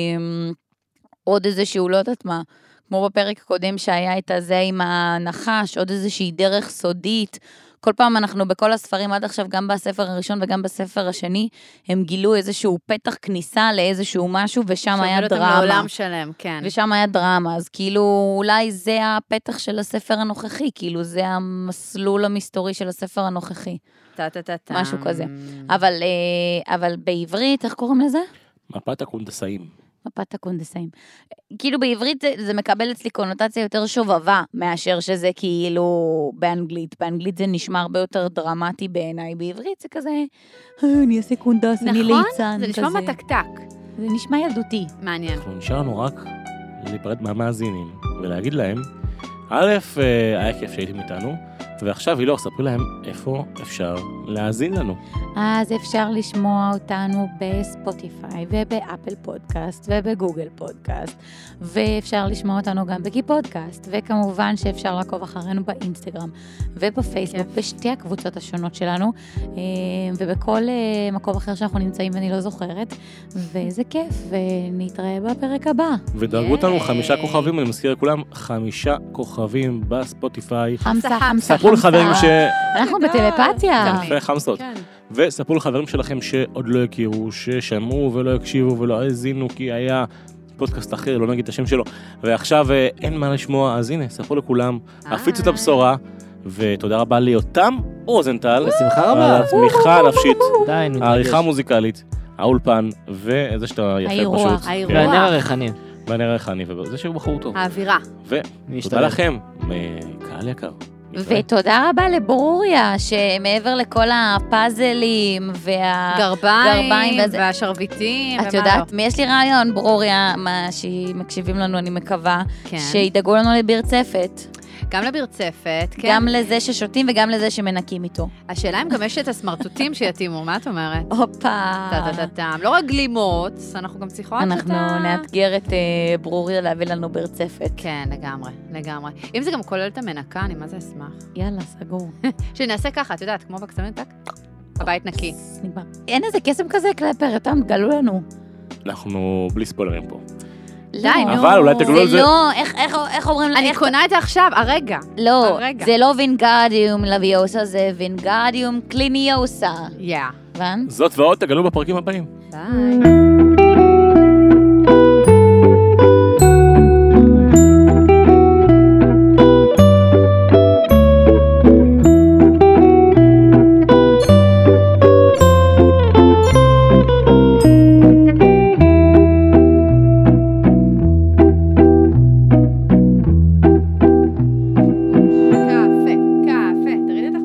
עוד איזשהו, לא יודעת מה, כמו בפרק הקודם שהיה את הזה עם הנחש, עוד איזושהי דרך סודית, כל פעם אנחנו בכל הספרים עד עכשיו, גם בספר הראשון וגם בספר השני, הם גילו איזשהו פתח כניסה לאיזשהו משהו, ושם היה שהוביל אותם דרמה. לעולם שלם, כן. ושם היה דרמה, אז כאילו אולי זה הפתח של הספר הנוכחי, כאילו זה המסלול המסתורי של הספר הנוכחי, טה-טה-טה-טה. משהו כזה. אבל, אה, אבל בעברית, איך קוראים לזה? מפת הקונדסאים. מפת הקונדסאים. כאילו בעברית זה, זה מקבל אצלי קונוטציה יותר שובבה, מאשר שזה כאילו באנגלית. באנגלית זה נשמע הרבה יותר דרמטי בעיניי, בעברית זה כזה, "אה, אני אעשה קונדס, אני נכון? ליצן, זה נשמע כזה." מתקתק. זה נשמע ילדותי. מעניין. אנחנו נשאר לנו רק להיפרד מהמאזינים, ולהגיד להם, א', אה, היה כיף שהייתם איתנו, ועכשיו אילור, ספרי להם איפה אפשר להאזין לנו. אז אפשר לשמוע אותנו בספוטיפיי ובאפל פודקאסט ובגוגל פודקאסט, ואפשר לשמוע אותנו גם בגי פודקאסט, וכמובן שאפשר לעקוב אחרינו באינסטגרם ובפייסבוק, בשתי הקבוצות השונות שלנו, ובכל מקום אחר שאנחנו נמצאים ואני לא זוכרת, וזה כיף, ונתראה בפרק הבא. ודרגו אותנו ייי. חמישה כוכבים, אני מזכיר לכולם, חמישה כוכבים בספוטיפיי. חמסה, חמסה, ספרו לחברים ש... אנחנו בטלפתיה. יפה, חמסות. כן. וספרו לחברים שלכם שעוד לא הכירו, ששמעו ולא הקשיבו ולא האזינו, כי היה פודקאסט אחר, לא נגיד את השם שלו, ועכשיו אה, אין מה לשמוע, אז הנה, ספרו לכולם, הפיצו את הבשורה, ותודה רבה ליותם רוזנטל, בשמחה על רבה. התמיכה הנפשית, די, נו. העריכה המוזיקלית, האולפן, וזה שאתה יפה האירוח. פשוט. האירוח. כן, והנר הריחני. והנר הריחני, וזה שהוא בחור טוב. האווירה. ותודה משתלם. לכם, קהל יקר. נתראה. ותודה רבה לברוריה, שמעבר לכל הפאזלים וה... גרביים, גרביים וזה- והשרביטים, את ומה יודעת, לא. יש לי רעיון, ברוריה, מה שמקשיבים לנו, אני מקווה, כן. שידאגו לנו לברצפת. גם לברצפת, כן. גם לזה ששותים וגם לזה שמנקים איתו. השאלה אם גם יש את הסמרטוטים שיתאימו, מה את אומרת? הופה. טה-טה-טה-טם. לא רק גלימות, אנחנו גם צריכות את ה... אנחנו נאתגר את אה, ברוריה להביא לנו ברצפת. כן, לגמרי, לגמרי. אם זה גם כולל את המנקה, אני מה זה אשמח. יאללה, סגור. שנעשה ככה, את יודעת, כמו בקסמים, טק, הבית נקי. נגמר. אין איזה קסם כזה, קלפר, אתם תגלו לנו. אנחנו בלי ספוילרים פה. די, נו. אבל אולי תגלו על זה זה. לא, איך- איך איך אומרים? אני איך- קונה את זה עכשיו, הרגע. לא, הרגע. זה לא וינגרדיום לוויוסה, זה וינגרדיום קליניוסה. יא. הבנת? זאת ועוד תגלו בפרקים הבאים. ביי. קפה, קפה. תראי את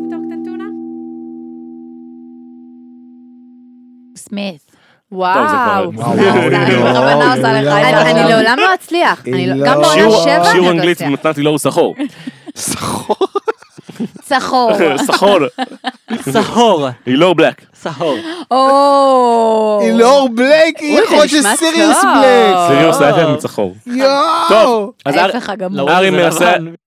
סמית. וואו. וואו, אני בכוונה עושה לך את זה. אני לעולם לא אצליח. אני לא. גם בעונה שיעור- שבע שיעור אני עוד אנגלית אצליח. במתנתי לא הוא סחור. סחור. צחור. סחור. סהור. אילור בלק. סהור. או. אילור בלייק, היא אוי, יכול זה להיות נשמע שסיריוס טוב. בלייק. סיריוס לאטר מצחור. יואו. טוב, אז ההפך הגמור. ארי זה מנסה- לבן.